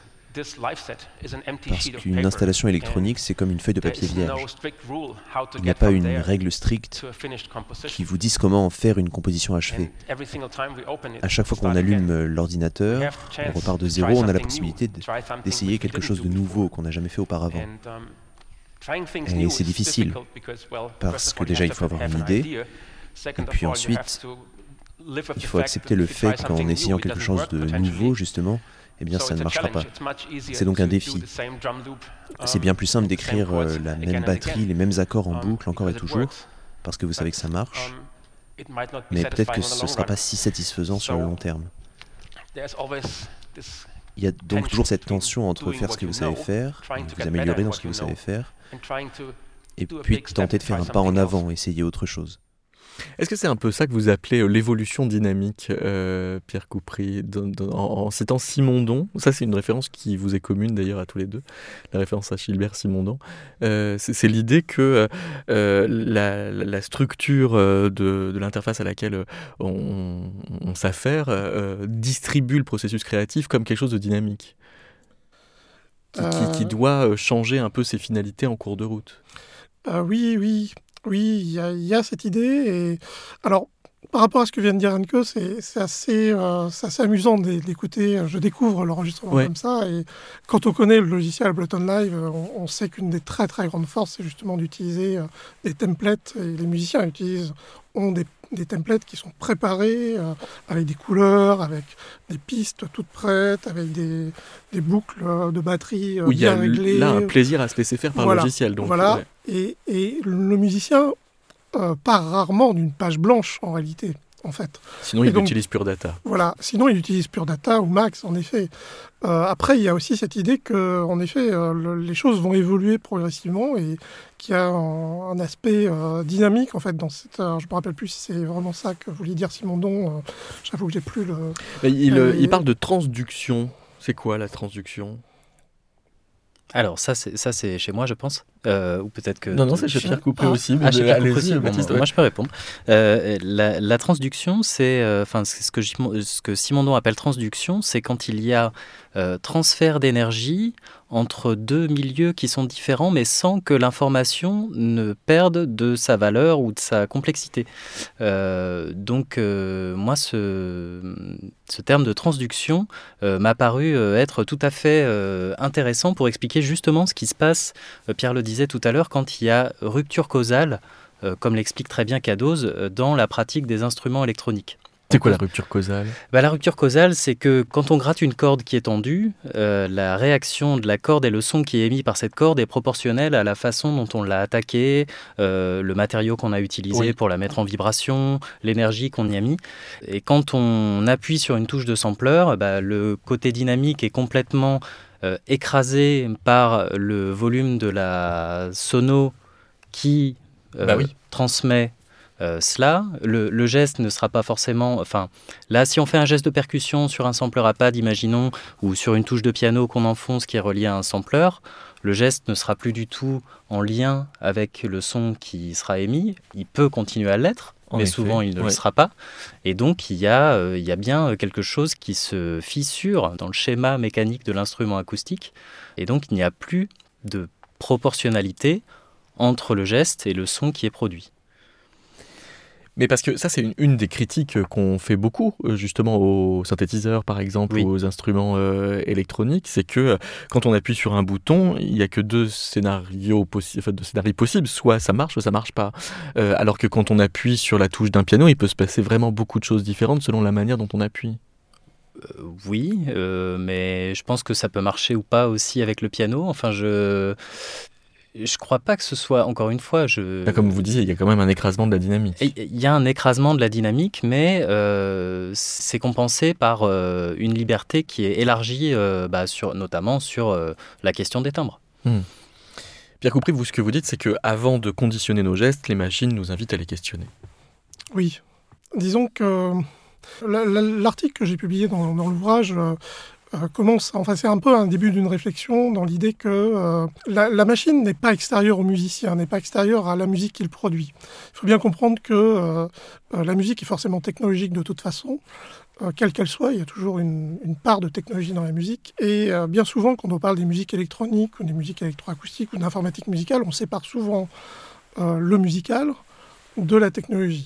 Parce qu'une installation électronique, c'est comme une feuille de papier vierge. Il n'y a pas une règle stricte qui vous dise comment en faire une composition achevée. À chaque fois qu'on allume l'ordinateur, on repart de zéro, on a la possibilité de- d'essayer quelque chose de nouveau qu'on n'a jamais fait auparavant. Et c'est difficile, parce que déjà il faut avoir une idée, et puis ensuite il faut accepter le fait qu'en essayant quelque chose de nouveau, justement, eh bien ça ne marchera pas. C'est donc un défi. C'est bien plus simple d'écrire euh, la même batterie, les mêmes accords en boucle encore et toujours, parce que vous savez que ça marche, mais peut-être que ce ne sera pas si satisfaisant sur le long terme. Il y a donc toujours cette tension entre faire ce que vous savez faire, vous améliorer dans ce que vous savez faire, et puis tenter de faire un pas en avant, essayer autre chose. Est-ce que c'est un peu ça que vous appelez euh, l'évolution dynamique, euh, Pierre Coupry, dans- dans- en, en citant Simondon? Ça, c'est une référence qui vous est commune d'ailleurs à tous les deux, la référence à Gilbert Simondon. Euh, c'est, c'est l'idée que euh, la, la- la structure euh, de, de l'interface à laquelle euh, on, on s'affaire euh, distribue le processus créatif comme quelque chose de dynamique, qui, qui- qui Euh. doit euh, changer un peu ses finalités en cours de route. Ah oui, oui, oui, il y a, il y a cette idée. Et alors, par rapport à ce que vient de dire Henke, c'est, c'est assez, euh, c'est assez amusant d'é- d'écouter. Je découvre l'enregistrement Ouais. comme ça. Et quand on connaît le logiciel Ableton Live, euh, on, on sait qu'une des très très grandes forces, c'est justement d'utiliser euh, des templates. Et les musiciens utilisent, ont des, des templates qui sont préparés euh, avec des couleurs, avec des pistes toutes prêtes, avec des, des boucles euh, de batterie euh, Où il y a bien réglées. là un plaisir à se laisser faire par Voilà. le logiciel. Donc, Voilà. ouais. Et, et le musicien euh, part rarement d'une page blanche, en réalité, en fait. Sinon, Et il donc- utilise Pure Data. Voilà. Sinon, il utilise Pure Data ou Max, en effet. Euh, après, il y a aussi cette idée que, en effet, euh, le- les choses vont évoluer progressivement et qu'il y a un, un aspect euh, dynamique, en fait, dans cette... alors, je ne me rappelle plus si c'est vraiment ça que voulait dire Simondon. Euh, j'avoue que j'ai plus le... Mais Il, euh, Euh, il parle de transduction. C'est quoi la transduction? Alors ça c'est ça c'est chez moi je pense, euh, ou peut-être que Non, non, c'est chez Pierre Coupry Ah. aussi. Mais Ah, chez Pierre allez-y, Coupry, bon, Baptiste, bon, ouais. moi je peux répondre. Euh, la, la transduction, c'est, euh, enfin, c'est ce que Gimon- ce que Simondon appelle transduction, c'est quand il y a euh, transfert d'énergie entre deux milieux qui sont différents, mais sans que l'information ne perde de sa valeur ou de sa complexité. Euh, donc, euh, moi, ce, ce terme de transduction euh, m'a paru euh, être tout à fait euh, intéressant pour expliquer justement ce qui se passe, euh, Pierre le disait tout à l'heure, quand il y a rupture causale, euh, comme l'explique très bien Cadoz, euh, dans la pratique des instruments électroniques. C'est quoi la rupture causale? Bah, la rupture causale, c'est que quand on gratte une corde qui est tendue, euh, la réaction de la corde et le son qui est émis par cette corde est proportionnel à la façon dont on l'a attaquée, euh, le matériau qu'on a utilisé Oui. pour la mettre en vibration, l'énergie qu'on y a mis. Et quand on appuie sur une touche de sampler, bah, le côté dynamique est complètement euh, écrasé par le volume de la sono qui euh, Bah oui. transmet Euh, cela, le, le geste ne sera pas forcément... Enfin, là, si on fait un geste de percussion sur un sampler à pad, imaginons, ou sur une touche de piano qu'on enfonce qui est reliée à un sampler, le geste ne sera plus du tout en lien avec le son qui sera émis. Il peut continuer à l'être, En mais effet, souvent il ne ouais. le sera pas. Et donc, il y a, euh, il y a bien quelque chose qui se fissure dans le schéma mécanique de l'instrument acoustique. Et donc, il n'y a plus de proportionnalité entre le geste et le son qui est produit. Mais parce que ça, c'est une, une des critiques qu'on fait beaucoup, justement, aux synthétiseurs, par exemple, oui. ou aux instruments euh, électroniques, c'est que euh, quand on appuie sur un bouton, il n'y a que deux scénarios, possi- enfin, deux scénarios possibles, soit ça marche, soit ça ne marche pas. Euh, alors que quand on appuie sur la touche d'un piano, il peut se passer vraiment beaucoup de choses différentes selon la manière dont on appuie. Euh, oui, euh, mais je pense que ça peut marcher ou pas aussi avec le piano. Enfin, je... Je crois pas que ce soit, encore une fois... Je... Là, comme vous disiez, il y a quand même un écrasement de la dynamique. Il y a un écrasement de la dynamique, mais euh, c'est compensé par euh, une liberté qui est élargie, euh, bah, sur, notamment sur euh, la question des timbres. Hmm. Pierre Coupry, vous, ce que vous dites, c'est qu'avant de conditionner nos gestes, les machines nous invitent à les questionner. Oui. Disons que l'article que j'ai publié dans, dans l'ouvrage... Euh, Euh, commence, enfin c'est un peu un début d'une réflexion dans l'idée que euh, la, la machine n'est pas extérieure au musicien, n'est pas extérieure à la musique qu'il produit. Il faut bien comprendre que euh, euh, la musique est forcément technologique de toute façon, euh, quelle qu'elle soit, il y a toujours une, une part de technologie dans la musique, et euh, bien souvent quand on parle des musiques électroniques ou des musiques électroacoustiques ou d'informatique musicale, on sépare souvent euh, le musical de la technologie.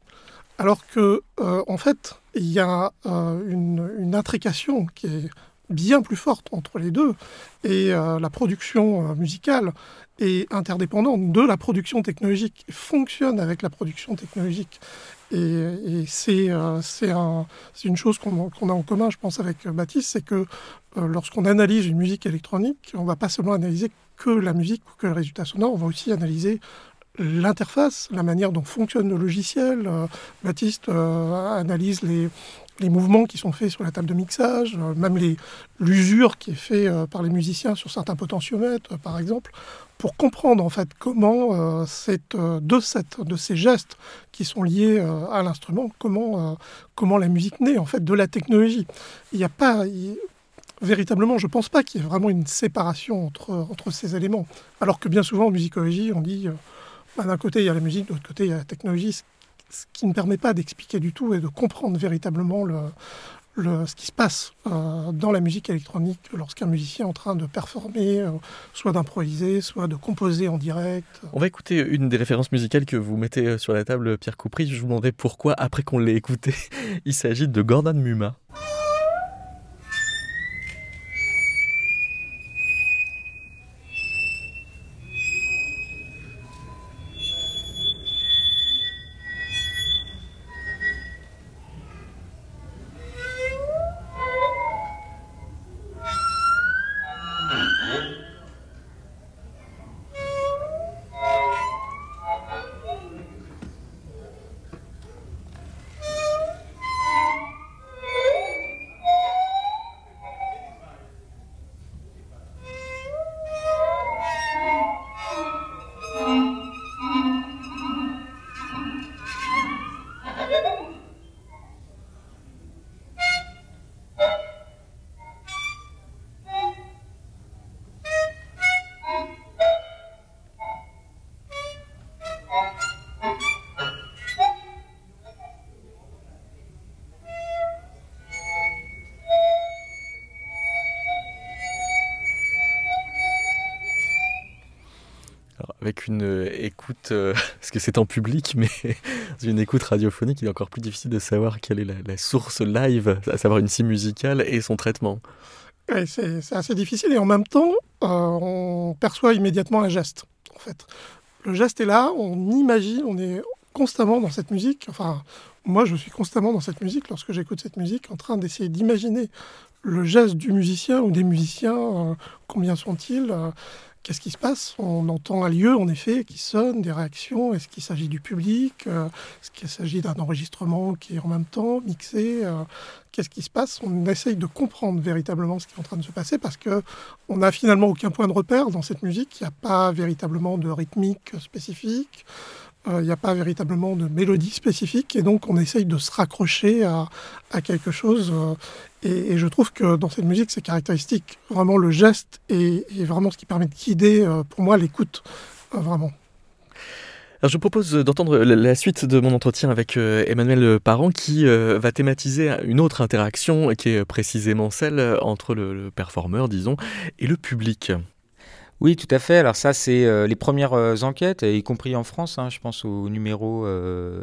Alors que, euh, en fait, il y a euh, une, une intrication qui est bien plus forte entre les deux, et euh, la production euh, musicale est interdépendante de la production technologique, fonctionne avec la production technologique. Et, et c'est, euh, c'est, un, c'est une chose qu'on, qu'on a en commun, je pense, avec Baptiste, c'est que euh, lorsqu'on analyse une musique électronique, on ne va pas seulement analyser que la musique ou que le résultat sonore, on va aussi analyser l'interface, la manière dont fonctionne le logiciel. Euh, Baptiste euh, analyse les, les mouvements qui sont faits sur la table de mixage, euh, même les, l'usure qui est faite euh, par les musiciens sur certains potentiomètres, euh, par exemple, pour comprendre en fait comment euh, cette, euh, de, cette, de ces gestes qui sont liés euh, à l'instrument, comment, euh, comment la musique naît en fait de la technologie. Il n'y a pas... Il, Véritablement, je ne pense pas qu'il y ait vraiment une séparation entre, entre ces éléments. Alors que bien souvent, en musicologie, on dit... Euh, bah, d'un côté, il y a la musique, de l'autre côté, il y a la technologie, ce qui ne permet pas d'expliquer du tout et de comprendre véritablement le, le, ce qui se passe euh, dans la musique électronique lorsqu'un musicien est en train de performer, euh, soit d'improviser, soit de composer en direct. On va écouter une des références musicales que vous mettez sur la table, Pierre Coupry. Je vous demanderai pourquoi, après qu'on l'ait écouté, il s'agit de Gordon Muma. Avec une écoute, euh, parce que c'est en public, mais une écoute radiophonique, il est encore plus difficile de savoir quelle est la, la source live, à savoir une scie musicale et son traitement. Ouais, c'est, c'est assez difficile, et en même temps, euh, on perçoit immédiatement un geste, en fait. Le geste est là, on imagine, on est constamment dans cette musique, enfin, moi je suis constamment dans cette musique, lorsque j'écoute cette musique, en train d'essayer d'imaginer le geste du musicien ou des musiciens, euh, combien sont-ils, euh, qu'est-ce qui se passe? On entend un lieu, en effet, qui sonne, des réactions. Est-ce qu'il s'agit du public? euh, Est-ce qu'il s'agit d'un enregistrement qui est en même temps mixé? euh, Qu'est-ce qui se passe? On essaye de comprendre véritablement ce qui est en train de se passer parce qu'on n'a finalement aucun point de repère dans cette musique. Il n'y a pas véritablement de rythmique spécifique. Il euh, n'y a pas véritablement de mélodie spécifique. Et donc, on essaye de se raccrocher à, à quelque chose... Euh, Et, et je trouve que dans cette musique, c'est caractéristique. Vraiment, le geste est, est vraiment ce qui permet de guider, euh, pour moi, l'écoute, euh, vraiment. Alors, je vous propose d'entendre la suite de mon entretien avec euh, Emmanuel Parent, qui euh, va thématiser une autre interaction, qui est précisément celle entre le, le performeur, disons, et le public. Oui, tout à fait. Alors ça, c'est euh, les premières euh, enquêtes, y compris en France, hein, je pense au numéro... Euh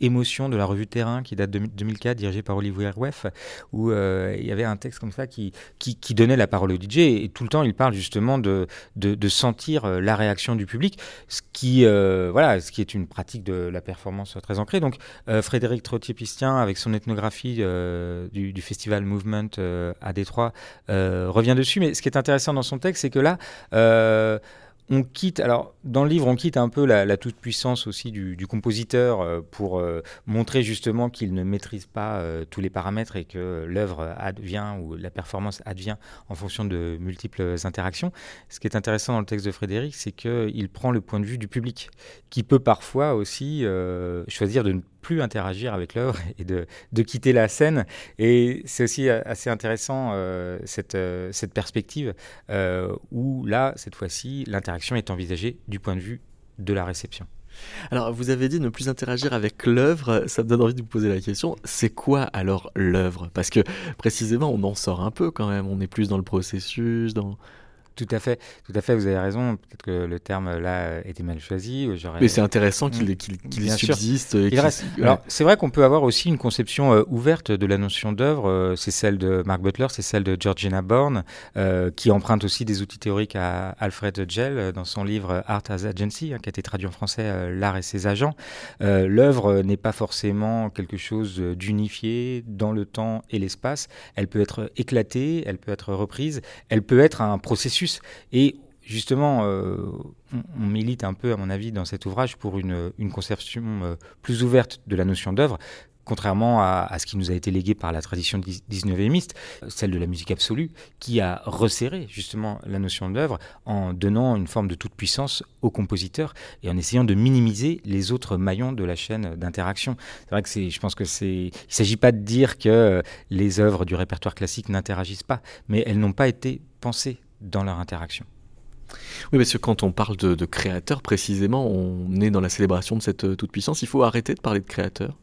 Émotion de la revue Terrain qui date de deux mille quatre, dirigée par Olivier Rueff, où euh, il y avait un texte comme ça qui, qui, qui donnait la parole au D J, et tout le temps il parle justement de, de, de sentir la réaction du public, ce qui, euh, voilà, ce qui est une pratique de la performance très ancrée. Donc euh, Frédéric Trottier-Pistien, avec son ethnographie euh, du, du festival Movement euh, à Détroit, euh, revient dessus. Mais ce qui est intéressant dans son texte, c'est que là, euh, on quitte, alors dans le livre, on quitte un peu la, la toute-puissance aussi du, du compositeur euh, pour euh, montrer justement qu'il ne maîtrise pas euh, tous les paramètres et que l'œuvre advient ou la performance advient en fonction de multiples interactions. Ce qui est intéressant dans le texte de Frédéric, c'est qu'il prend le point de vue du public, qui peut parfois aussi euh, choisir de ne plus interagir avec l'œuvre et de, de quitter la scène. Et c'est aussi assez intéressant euh, cette, euh, cette perspective euh, où là, cette fois-ci, l'interaction est envisagée du point de vue de la réception. Alors, vous avez dit ne plus interagir avec l'œuvre, ça me donne envie de vous poser la question, c'est quoi alors l'œuvre ? Parce que précisément, on en sort un peu quand même, on est plus dans le processus, dans... Tout à fait, tout à fait, vous avez raison. Peut-être que le terme là était mal choisi. J'aurais... Mais c'est intéressant qu'il, mmh. qu'il, qu'il subsiste. Et il qu'il... reste... ouais. Alors, c'est vrai qu'on peut avoir aussi une conception euh, ouverte de la notion d'œuvre. Euh, c'est celle de Mark Butler, c'est celle de Georgina Bourne, euh, qui emprunte aussi des outils théoriques à Alfred Gell euh, dans son livre Art as Agency, hein, qui a été traduit en français euh, L'art et ses agents. Euh, l'œuvre n'est pas forcément quelque chose d'unifié dans le temps et l'espace. Elle peut être éclatée, elle peut être reprise, elle peut être un processus. Et justement, euh, on, on milite un peu, à mon avis, dans cet ouvrage pour une, une conception euh, plus ouverte de la notion d'œuvre, contrairement à, à ce qui nous a été légué par la tradition dix-neuviémiste, celle de la musique absolue, qui a resserré justement la notion d'œuvre en donnant une forme de toute-puissance au compositeur et en essayant de minimiser les autres maillons de la chaîne d'interaction. C'est vrai que c'est, je pense que c'est, il ne s'agit pas de dire que les œuvres du répertoire classique n'interagissent pas, mais elles n'ont pas été pensées dans leur interaction. Oui, parce que quand on parle de, de créateur, précisément, on est dans la célébration de cette toute-puissance. Il faut arrêter de parler de créateur.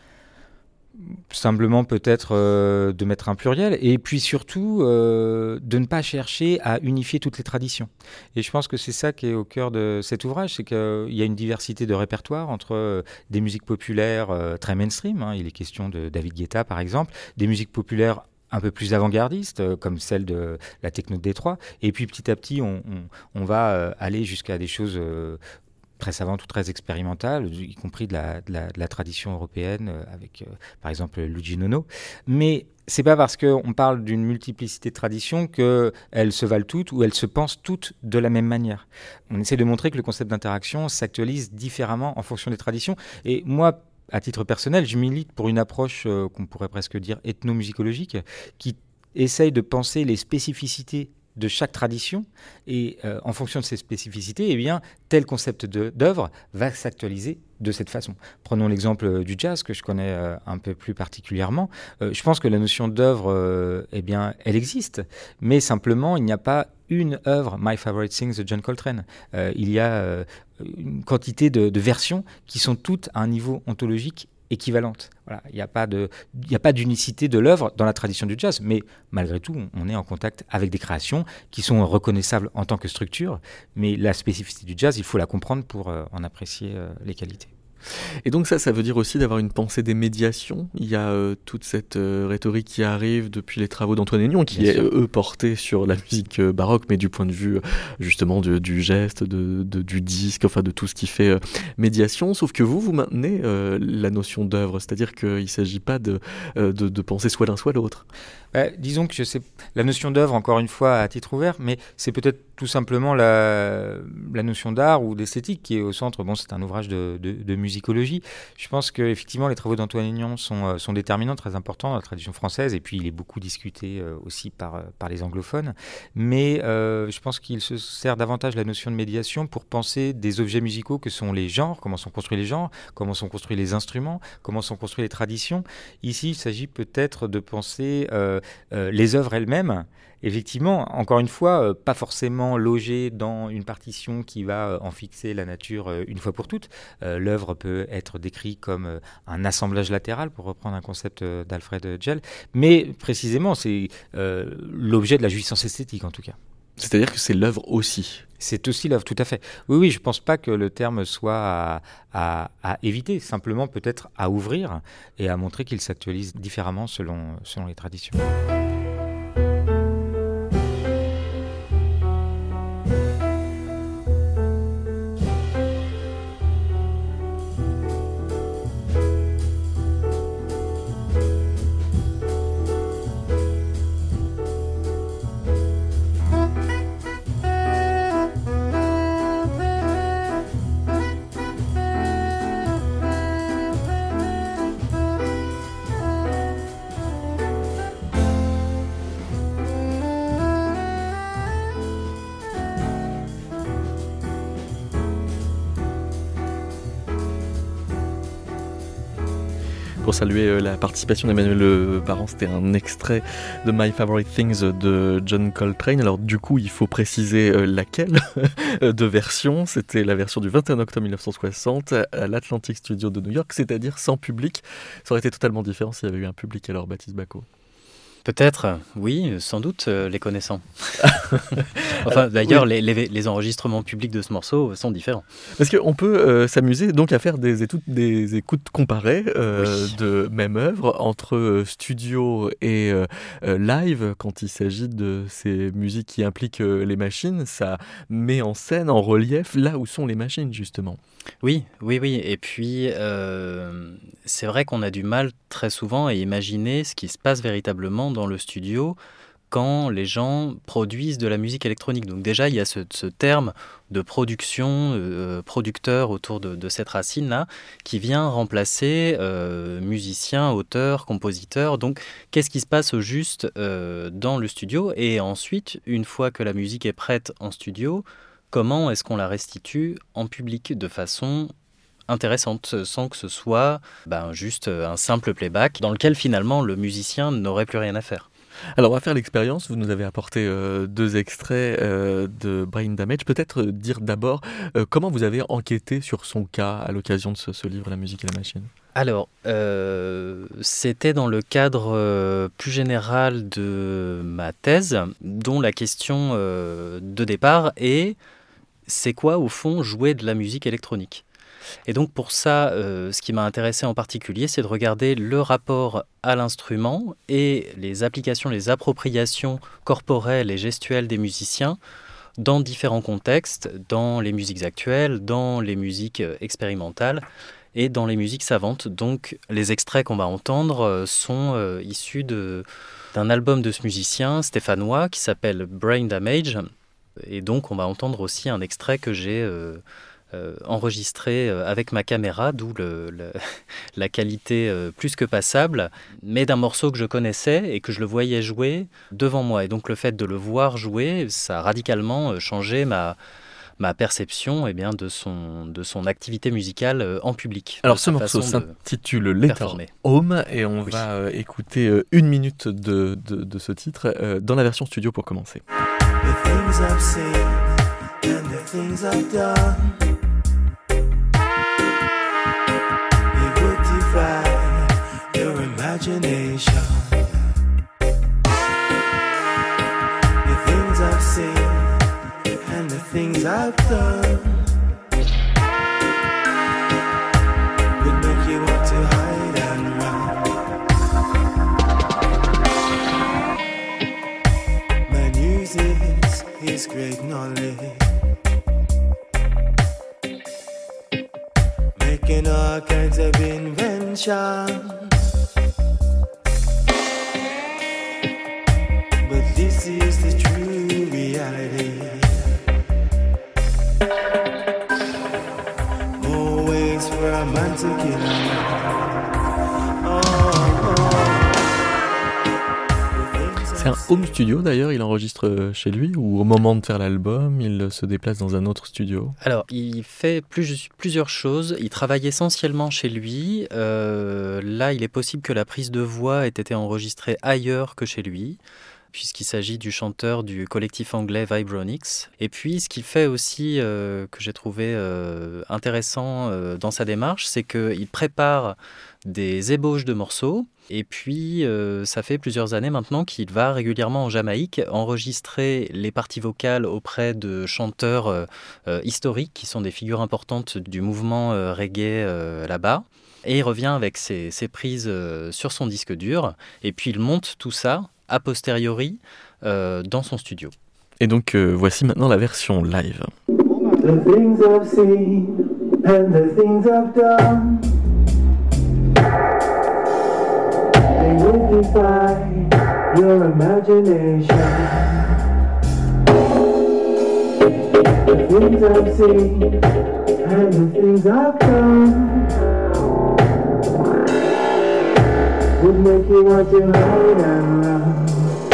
Simplement peut-être euh, de mettre un pluriel et puis surtout euh, de ne pas chercher à unifier toutes les traditions. Et je pense que c'est ça qui est au cœur de cet ouvrage, c'est qu'il y a une diversité de répertoires entre euh, des musiques populaires euh, très mainstream, hein, il est question de David Guetta par exemple, des musiques populaires un peu plus avant-gardiste, euh, comme celle de la techno de Détroit. Et puis petit à petit, on, on, on va euh, aller jusqu'à des choses euh, très savantes ou très expérimentales, y compris de la, de la, de la tradition européenne, euh, avec euh, par exemple Luigi Nono. Mais c'est pas parce qu'on parle d'une multiplicité de traditions qu'elles se valent toutes ou elles se pensent toutes de la même manière. On essaie de montrer que le concept d'interaction s'actualise différemment en fonction des traditions. Et moi, à titre personnel, je milite pour une approche euh, qu'on pourrait presque dire ethnomusicologique, qui essaye de penser les spécificités de chaque tradition et euh, en fonction de ces spécificités, eh bien, tel concept de, d'œuvre va s'actualiser de cette façon. Prenons l'exemple du jazz que je connais euh, un peu plus particulièrement. Euh, je pense que la notion d'œuvre, euh, eh bien, elle existe, mais simplement il n'y a pas une œuvre, My Favorite Things de John Coltrane. Euh, il y a euh, une quantité de, de versions qui sont toutes à un niveau ontologique équivalente. Voilà, il n'y a pas de, il n'y a pas d'unicité de l'œuvre dans la tradition du jazz, mais malgré tout, on est en contact avec des créations qui sont reconnaissables en tant que structure, mais la spécificité du jazz, il faut la comprendre pour euh, en apprécier euh, les qualités. Et donc ça, ça veut dire aussi d'avoir une pensée des médiations. Il y a euh, toute cette euh, rhétorique qui arrive depuis les travaux d'Antoine Aignan, qui Bien est, sûr. eux, portés sur la musique euh, baroque, mais du point de vue, justement, du, du geste, de, de, du disque, enfin, de tout ce qui fait euh, médiation. Sauf que vous, vous maintenez euh, la notion d'œuvre, c'est-à-dire qu'il ne s'agit pas de, euh, de, de penser soit l'un, soit l'autre. Bah, disons que je sais, la notion d'œuvre, encore une fois, à titre ouvert, mais c'est peut-être tout simplement la, la notion d'art ou d'esthétique qui est au centre. Bon, c'est un ouvrage de, de, de musicologie. Je pense qu'effectivement, les travaux d'Antoine Aignan sont, sont déterminants, très importants dans la tradition française, et puis il est beaucoup discuté euh, aussi par, par les anglophones. Mais euh, je pense qu'il se sert davantage de la notion de médiation pour penser des objets musicaux que sont les genres, comment sont construits les genres, comment sont construits les instruments, comment sont construites les traditions. Ici, il s'agit peut-être de penser euh, euh, les œuvres elles-mêmes. Effectivement, encore une fois, euh, pas forcément logé dans une partition qui va euh, en fixer la nature euh, une fois pour toutes. Euh, l'œuvre peut être décrite comme euh, un assemblage latéral, pour reprendre un concept euh, d'Alfred Gell, mais précisément, c'est euh, l'objet de la jouissance esthétique en tout cas. C'est-à-dire que c'est l'œuvre aussi. C'est aussi l'œuvre, tout à fait. Oui, oui, je ne pense pas que le terme soit à, à, à éviter, simplement peut-être à ouvrir et à montrer qu'il s'actualise différemment selon, selon les traditions. Pour saluer la participation d'Emmanuel Parent, c'était un extrait de My Favorite Things de John Coltrane. Alors du coup, il faut préciser laquelle de version. C'était la version du vingt et un octobre mille neuf cent soixante à l'Atlantic Studio de New York, c'est-à-dire sans public. Ça aurait été totalement différent s'il y avait eu un public alors, Baptiste Bacot. Peut-être, oui, sans doute, euh, les connaissant. Enfin, alors, d'ailleurs, oui. les, les, les enregistrements publics de ce morceau sont différents. Parce qu'on peut euh, s'amuser donc à faire des écoutes, des écoutes comparées euh, oui. de même œuvre entre studio et euh, live. Quand il s'agit de ces musiques qui impliquent les machines, ça met en scène, en relief, là où sont les machines, justement. Oui, oui, oui. Et puis, euh, c'est vrai qu'on a du mal très souvent à imaginer ce qui se passe véritablement dans le studio quand les gens produisent de la musique électronique. Donc déjà, il y a ce, ce terme de production, euh, producteur autour de, de cette racine-là, qui vient remplacer euh, musicien, auteur, compositeur. Donc, qu'est-ce qui se passe au juste euh, dans le studio ? Et ensuite, une fois que la musique est prête en studio, comment est-ce qu'on la restitue en public de façon intéressante, sans que ce soit ben, juste un simple playback dans lequel finalement le musicien n'aurait plus rien à faire. Alors on va faire l'expérience, vous nous avez apporté euh, deux extraits euh, de Brain Damage. Peut-être euh, dire d'abord euh, comment vous avez enquêté sur son cas à l'occasion de ce, ce livre La musique et la machine. Alors, euh, c'était dans le cadre euh, plus général de ma thèse, dont la question euh, de départ est c'est quoi au fond jouer de la musique électronique ? Et donc pour ça, euh, ce qui m'a intéressé en particulier, c'est de regarder le rapport à l'instrument et les applications, les appropriations corporelles et gestuelles des musiciens dans différents contextes, dans les musiques actuelles, dans les musiques expérimentales et dans les musiques savantes. Donc les extraits qu'on va entendre sont euh, issus de, d'un album de ce musicien stéphanois qui s'appelle Brain Damage. Et donc on va entendre aussi un extrait que j'ai euh, euh, enregistré avec ma caméra, d'où le, le, la qualité euh, plus que passable, mais d'un morceau que je connaissais et que je le voyais jouer devant moi. Et donc le fait de le voir jouer, ça a radicalement changé ma, ma perception eh bien, de, son, de son activité musicale en public. Alors ce morceau s'intitule Later Home et on oui. va euh, écouter une minute de, de, de ce titre euh, dans la version studio pour commencer. The things I've seen and the things I've done, it would defy your imagination. The things I've seen and the things I've done would make you want to hide and run. My music is great knowledge, making all kinds of inventions. But this is the true reality. More ways for a man to kill a man. Oh, oh. C'est un home studio d'ailleurs, il enregistre chez lui ou au moment de faire l'album, il se déplace dans un autre studio ? Alors, il fait plus, plusieurs choses. Il travaille essentiellement chez lui. Euh, là, il est possible que la prise de voix ait été enregistrée ailleurs que chez lui. puisqu'il s'agit du chanteur du collectif anglais Vibronix. Et puis, ce qu'il fait aussi, euh, que j'ai trouvé euh, intéressant euh, dans sa démarche, c'est qu'il prépare des ébauches de morceaux. Et puis, euh, ça fait plusieurs années maintenant qu'il va régulièrement en Jamaïque enregistrer les parties vocales auprès de chanteurs euh, euh, historiques qui sont des figures importantes du mouvement euh, reggae euh, là-bas. Et il revient avec ses, ses prises euh, sur son disque dur. Et puis, il monte tout ça a posteriori euh, dans son studio. Et donc, euh, voici maintenant la version live. The things I've seen and the things I've done, they will defy your imagination. The things I've seen and the things I've done would make you want to hide and run.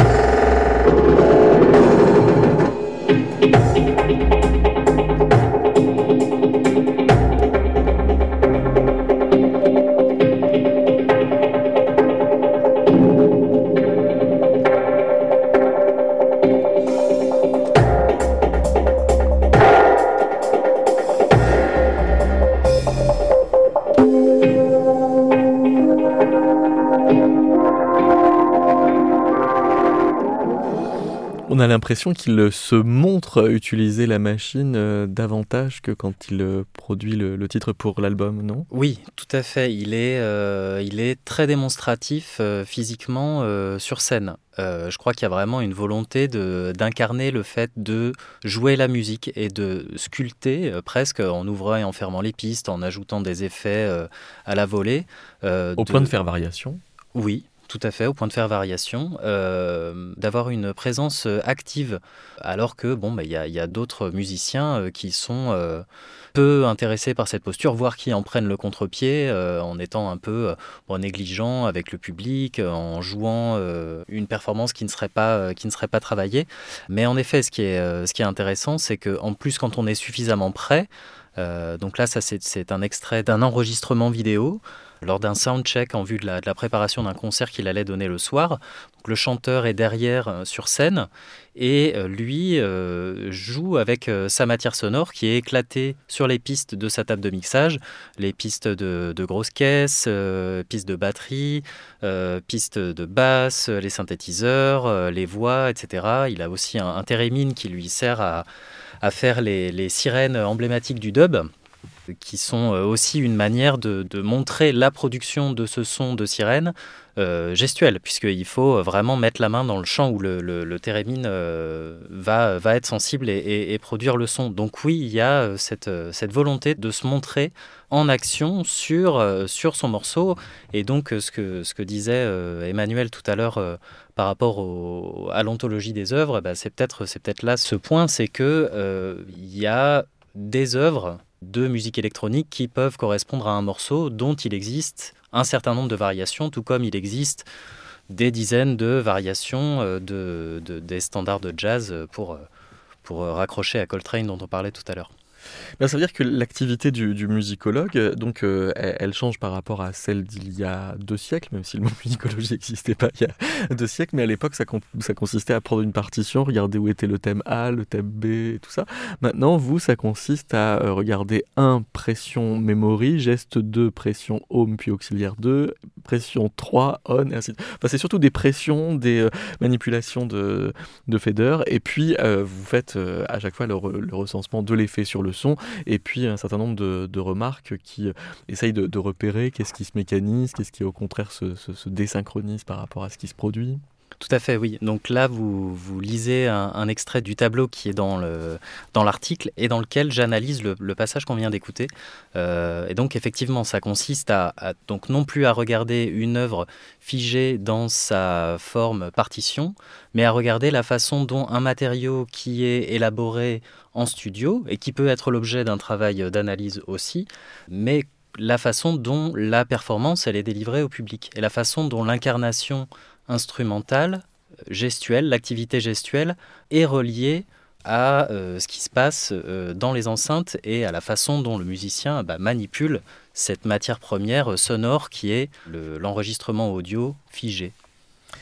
On a l'impression qu'il se montre utiliser la machine euh, davantage que quand il euh, produit le, le titre pour l'album, non ? Oui, tout à fait. Il est, euh, il est très démonstratif euh, physiquement euh, sur scène. Euh, je crois qu'il y a vraiment une volonté de, d'incarner le fait de jouer la musique et de sculpter euh, presque en ouvrant et en fermant les pistes, en ajoutant des effets euh, à la volée. Euh, Au de... point de faire variation ? Oui. Tout à fait, au point de faire variation, euh, d'avoir une présence active, alors que bon, bah, y a, y a d'autres musiciens euh, qui sont euh, peu intéressés par cette posture, voire qui en prennent le contre-pied euh, en étant un peu euh, bon, négligents avec le public, en jouant euh, une performance qui ne serait pas, euh, qui ne serait pas travaillée. Mais en effet, ce qui est, euh, ce qui est intéressant, c'est qu'en plus, quand on est suffisamment prêt, euh, donc là, ça, c'est, c'est un extrait d'un enregistrement vidéo, lors d'un soundcheck en vue de la, de la préparation d'un concert qu'il allait donner le soir. Donc, le chanteur est derrière euh, sur scène et euh, lui euh, joue avec euh, sa matière sonore qui est éclatée sur les pistes de sa table de mixage, les pistes de, de grosses caisses, euh, pistes de batterie, euh, pistes de basse, les synthétiseurs, euh, les voix, et cetera. Il a aussi un, un thérémine qui lui sert à, à faire les, les sirènes emblématiques du dub, qui sont aussi une manière de, de montrer la production de ce son de sirène euh, gestuelle, puisqu'il faut vraiment mettre la main dans le champ où le, le, le thérémine euh, va, va être sensible et, et, et produire le son. Donc oui, il y a cette, cette volonté de se montrer en action sur, sur son morceau. Et donc ce que, ce que disait euh, Emmanuel tout à l'heure euh, par rapport au, à l'ontologie des œuvres, bah, c'est, peut-être, c'est peut-être là ce point, c'est qu'il euh, y a des œuvres de musique électronique qui peuvent correspondre à un morceau dont il existe un certain nombre de variations, tout comme il existe des dizaines de variations de, de, des standards de jazz pour, pour raccrocher à Coltrane dont on parlait tout à l'heure. Ben, ça veut dire que l'activité du, du musicologue, donc, euh, elle, elle change par rapport à celle d'il y a deux siècles, même si le mot musicologie n'existait pas il y a deux siècles, mais à l'époque, ça, ça consistait à prendre une partition, regarder où était le thème A, le thème B, et tout ça. Maintenant, vous, ça consiste à euh, regarder un, pression memory, geste deux, pression home, puis auxiliaire deux, pression trois, on, et ainsi de suite. Enfin, c'est surtout des pressions, des euh, manipulations de, de fader, et puis euh, vous faites euh, à chaque fois le, re, le recensement de l'effet sur le son, et puis un certain nombre de, de remarques qui euh, essayent de, de repérer qu'est-ce qui se mécanise, qu'est-ce qui au contraire se, se, se désynchronise par rapport à ce qui se produit. Tout à fait, oui. Donc là, vous, vous lisez un, un extrait du tableau qui est dans, le, dans l'article et dans lequel j'analyse le, le passage qu'on vient d'écouter. Euh, et donc, effectivement, ça consiste à, à donc non plus à regarder une œuvre figée dans sa forme partition, mais à regarder la façon dont un matériau qui est élaboré en studio et qui peut être l'objet d'un travail d'analyse aussi, mais la façon dont la performance elle est délivrée au public et la façon dont l'incarnation instrumentale, gestuelle, l'activité gestuelle est reliée à euh, ce qui se passe euh, dans les enceintes et à la façon dont le musicien bah, manipule cette matière première sonore qui est le, l'enregistrement audio figé.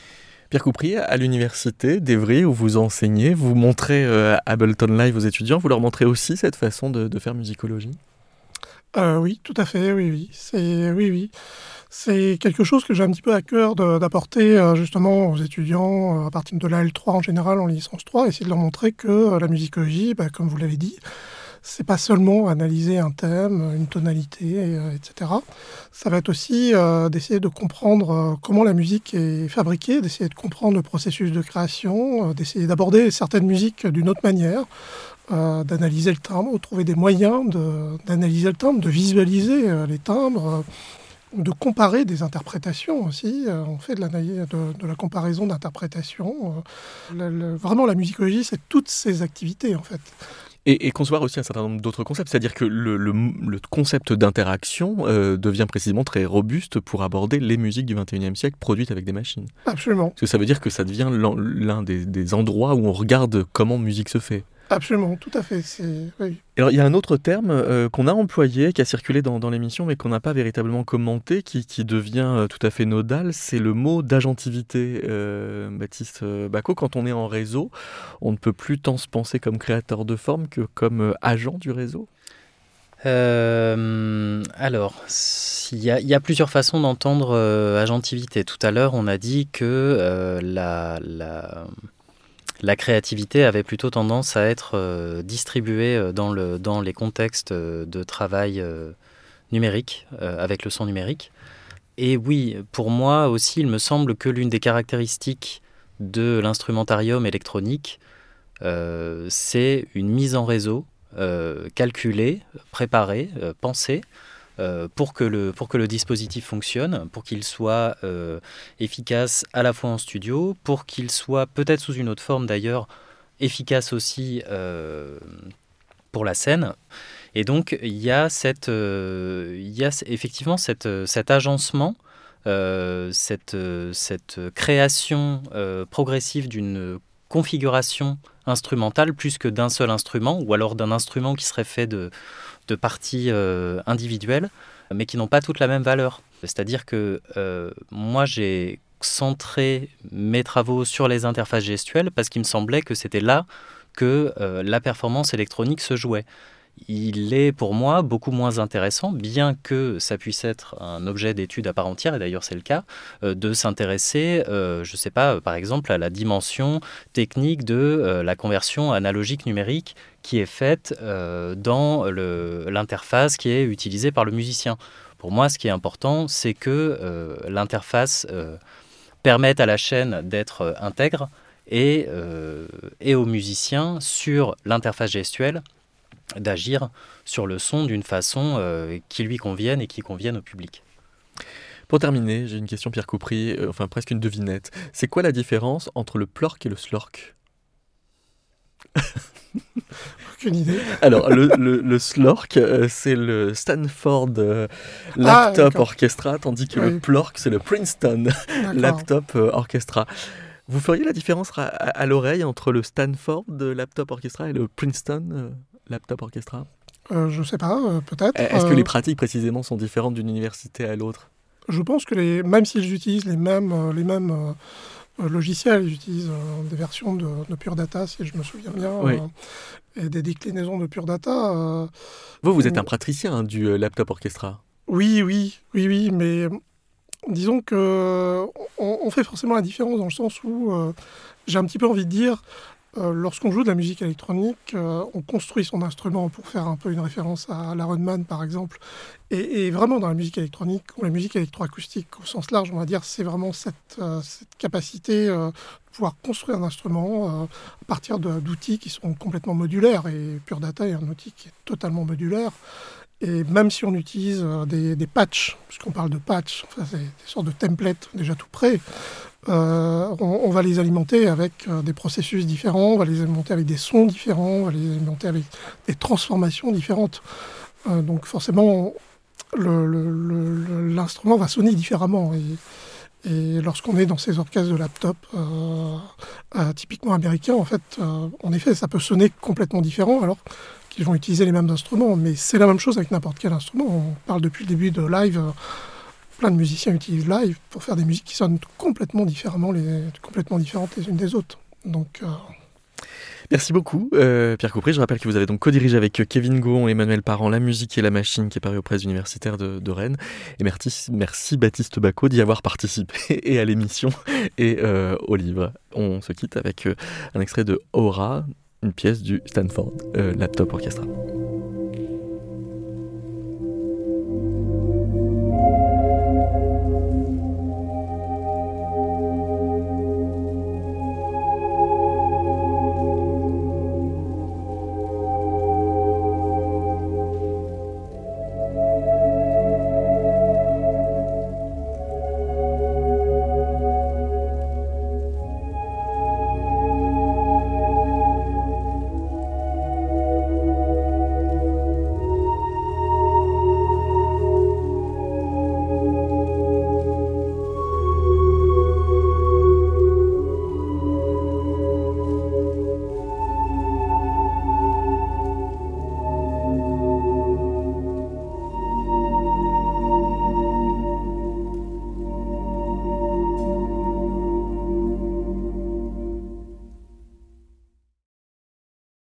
Pierre Couprier, à l'université d'Evry où vous enseignez, vous montrez euh, Ableton Live aux étudiants, vous leur montrez aussi cette façon de, de faire musicologie ? euh, Oui, tout à fait, oui, oui. C'est, oui, oui. C'est quelque chose que j'ai un petit peu à cœur de, d'apporter euh, justement aux étudiants euh, à partir de la L trois en général, en licence trois, essayer de leur montrer que euh, la musicologie, bah, comme vous l'avez dit, c'est pas seulement analyser un thème, une tonalité, euh, et cetera. Ça va être aussi euh, d'essayer de comprendre euh, comment la musique est fabriquée, d'essayer de comprendre le processus de création, euh, d'essayer d'aborder certaines musiques d'une autre manière, euh, d'analyser le timbre, de trouver des moyens de, d'analyser le timbre, de visualiser euh, les timbres, euh, de comparer des interprétations aussi. Euh, on fait de, l'analyse, de, de la comparaison d'interprétations. Euh, le, le, vraiment, la musicologie, c'est toutes ces activités, en fait. Et, et concevoir aussi un certain nombre d'autres concepts, c'est-à-dire que le, le, le concept d'interaction euh, devient précisément très robuste pour aborder les musiques du vingt et unième siècle produites avec des machines. Absolument. Parce que ça veut dire que ça devient l'un, l'un des, des endroits où on regarde comment musique se fait. Absolument, tout à fait. C'est... Oui. Alors, il y a un autre terme euh, qu'on a employé, qui a circulé dans, dans l'émission, mais qu'on n'a pas véritablement commenté, qui, qui devient euh, tout à fait nodal, c'est le mot d'agentivité. Euh, Baptiste Bacot, quand on est en réseau, on ne peut plus tant se penser comme créateur de forme que comme euh, agent du réseau. Euh, alors, il y, y a plusieurs façons d'entendre euh, agentivité. Tout à l'heure, on a dit que euh, la... la... La créativité avait plutôt tendance à être euh, distribuée dans, le, dans les contextes de travail euh, numérique, euh, avec le son numérique. Et oui, pour moi aussi, il me semble que l'une des caractéristiques de l'instrumentarium électronique, euh, c'est une mise en réseau euh, calculée, préparée, euh, pensée, Euh, pour, que le, pour que le dispositif fonctionne, pour qu'il soit euh, efficace à la fois en studio, pour qu'il soit peut-être sous une autre forme d'ailleurs, efficace aussi euh, pour la scène. Et donc il y a, cette, euh, il y a effectivement cette, cet agencement, euh, cette, cette création euh, progressive d'une configuration instrumentale plus que d'un seul instrument, ou alors d'un instrument qui serait fait de de parties euh, individuelles, mais qui n'ont pas toutes la même valeur. C'est-à-dire que euh, moi, j'ai centré mes travaux sur les interfaces gestuelles parce qu'il me semblait que c'était là que euh, la performance électronique se jouait. Il est pour moi beaucoup moins intéressant, bien que ça puisse être un objet d'étude à part entière, et d'ailleurs c'est le cas, euh, de s'intéresser, euh, je ne sais pas, par exemple à la dimension technique de euh, la conversion analogique numérique qui est faite euh, dans le, l'interface qui est utilisée par le musicien. Pour moi, ce qui est important, c'est que euh, l'interface euh, permette à la chaîne d'être euh, intègre et, euh, et aux musiciens sur l'interface gestuelle d'agir sur le son d'une façon euh, qui lui convienne et qui convienne au public. Pour terminer, j'ai une question, Pierre Couprier, euh, enfin presque une devinette. C'est quoi la différence entre le plork et le slork ? Aucune idée. Alors, le, le, le slork, euh, c'est le Stanford euh, Laptop ah, Orchestra, tandis que oui. le plork, c'est le Princeton Laptop euh, Orchestra. Vous feriez la différence à, à, à l'oreille entre le Stanford Laptop Orchestra et le Princeton euh, Laptop Orchestra ? euh, Je ne sais pas, euh, peut-être. Est-ce euh... que les pratiques précisément sont différentes d'une université à l'autre ? Je pense que les, même s'ils utilisent les mêmes, euh, les mêmes euh, logiciels, ils utilisent euh, des versions de, de Pure Data, si je me souviens bien, oui. euh, et des déclinaisons de Pure Data. Euh, vous, vous êtes un praticien hein, du euh, Laptop Orchestra. Oui, oui, oui, oui, mais disons que on, on fait forcément la différence dans le sens où euh, j'ai un petit peu envie de dire. Euh, lorsqu'on joue de la musique électronique, euh, on construit son instrument, pour faire un peu une référence à la Rodman par exemple. Et, et vraiment dans la musique électronique, ou la musique électroacoustique au sens large, on va dire, c'est vraiment cette, euh, cette capacité euh, de pouvoir construire un instrument euh, à partir de, d'outils qui sont complètement modulaires. Et Pure Data est un outil qui est totalement modulaire. Et même si on utilise euh, des, des patchs, puisqu'on parle de patchs, enfin, c'est des sortes de templates déjà tout prêts, euh, on, on va les alimenter avec euh, des processus différents, on va les alimenter avec des sons différents, on va les alimenter avec des transformations différentes. Euh, donc forcément, le, le, le, l'instrument va sonner différemment. Et, et lorsqu'on est dans ces orchestres de laptop euh, euh, typiquement américains, en fait, euh, en effet, ça peut sonner complètement différent, alors qu'ils vont utiliser les mêmes instruments, mais c'est la même chose avec n'importe quel instrument. On parle depuis le début de live, euh, plein de musiciens utilisent live pour faire des musiques qui sonnent complètement différemment, les, complètement différentes les unes des autres. Donc... Euh... Merci beaucoup, euh, Pierre Coupré. Je rappelle que vous avez donc co-dirigé avec Kevin Gauhan et Emmanuel Parent La musique et la machine qui est paru aux presses universitaires de, de Rennes. Et merci, merci Baptiste Bacot d'y avoir participé et à l'émission et euh, au livre. On se quitte avec euh, un extrait de Aura, une pièce du Stanford euh, Laptop Orchestra.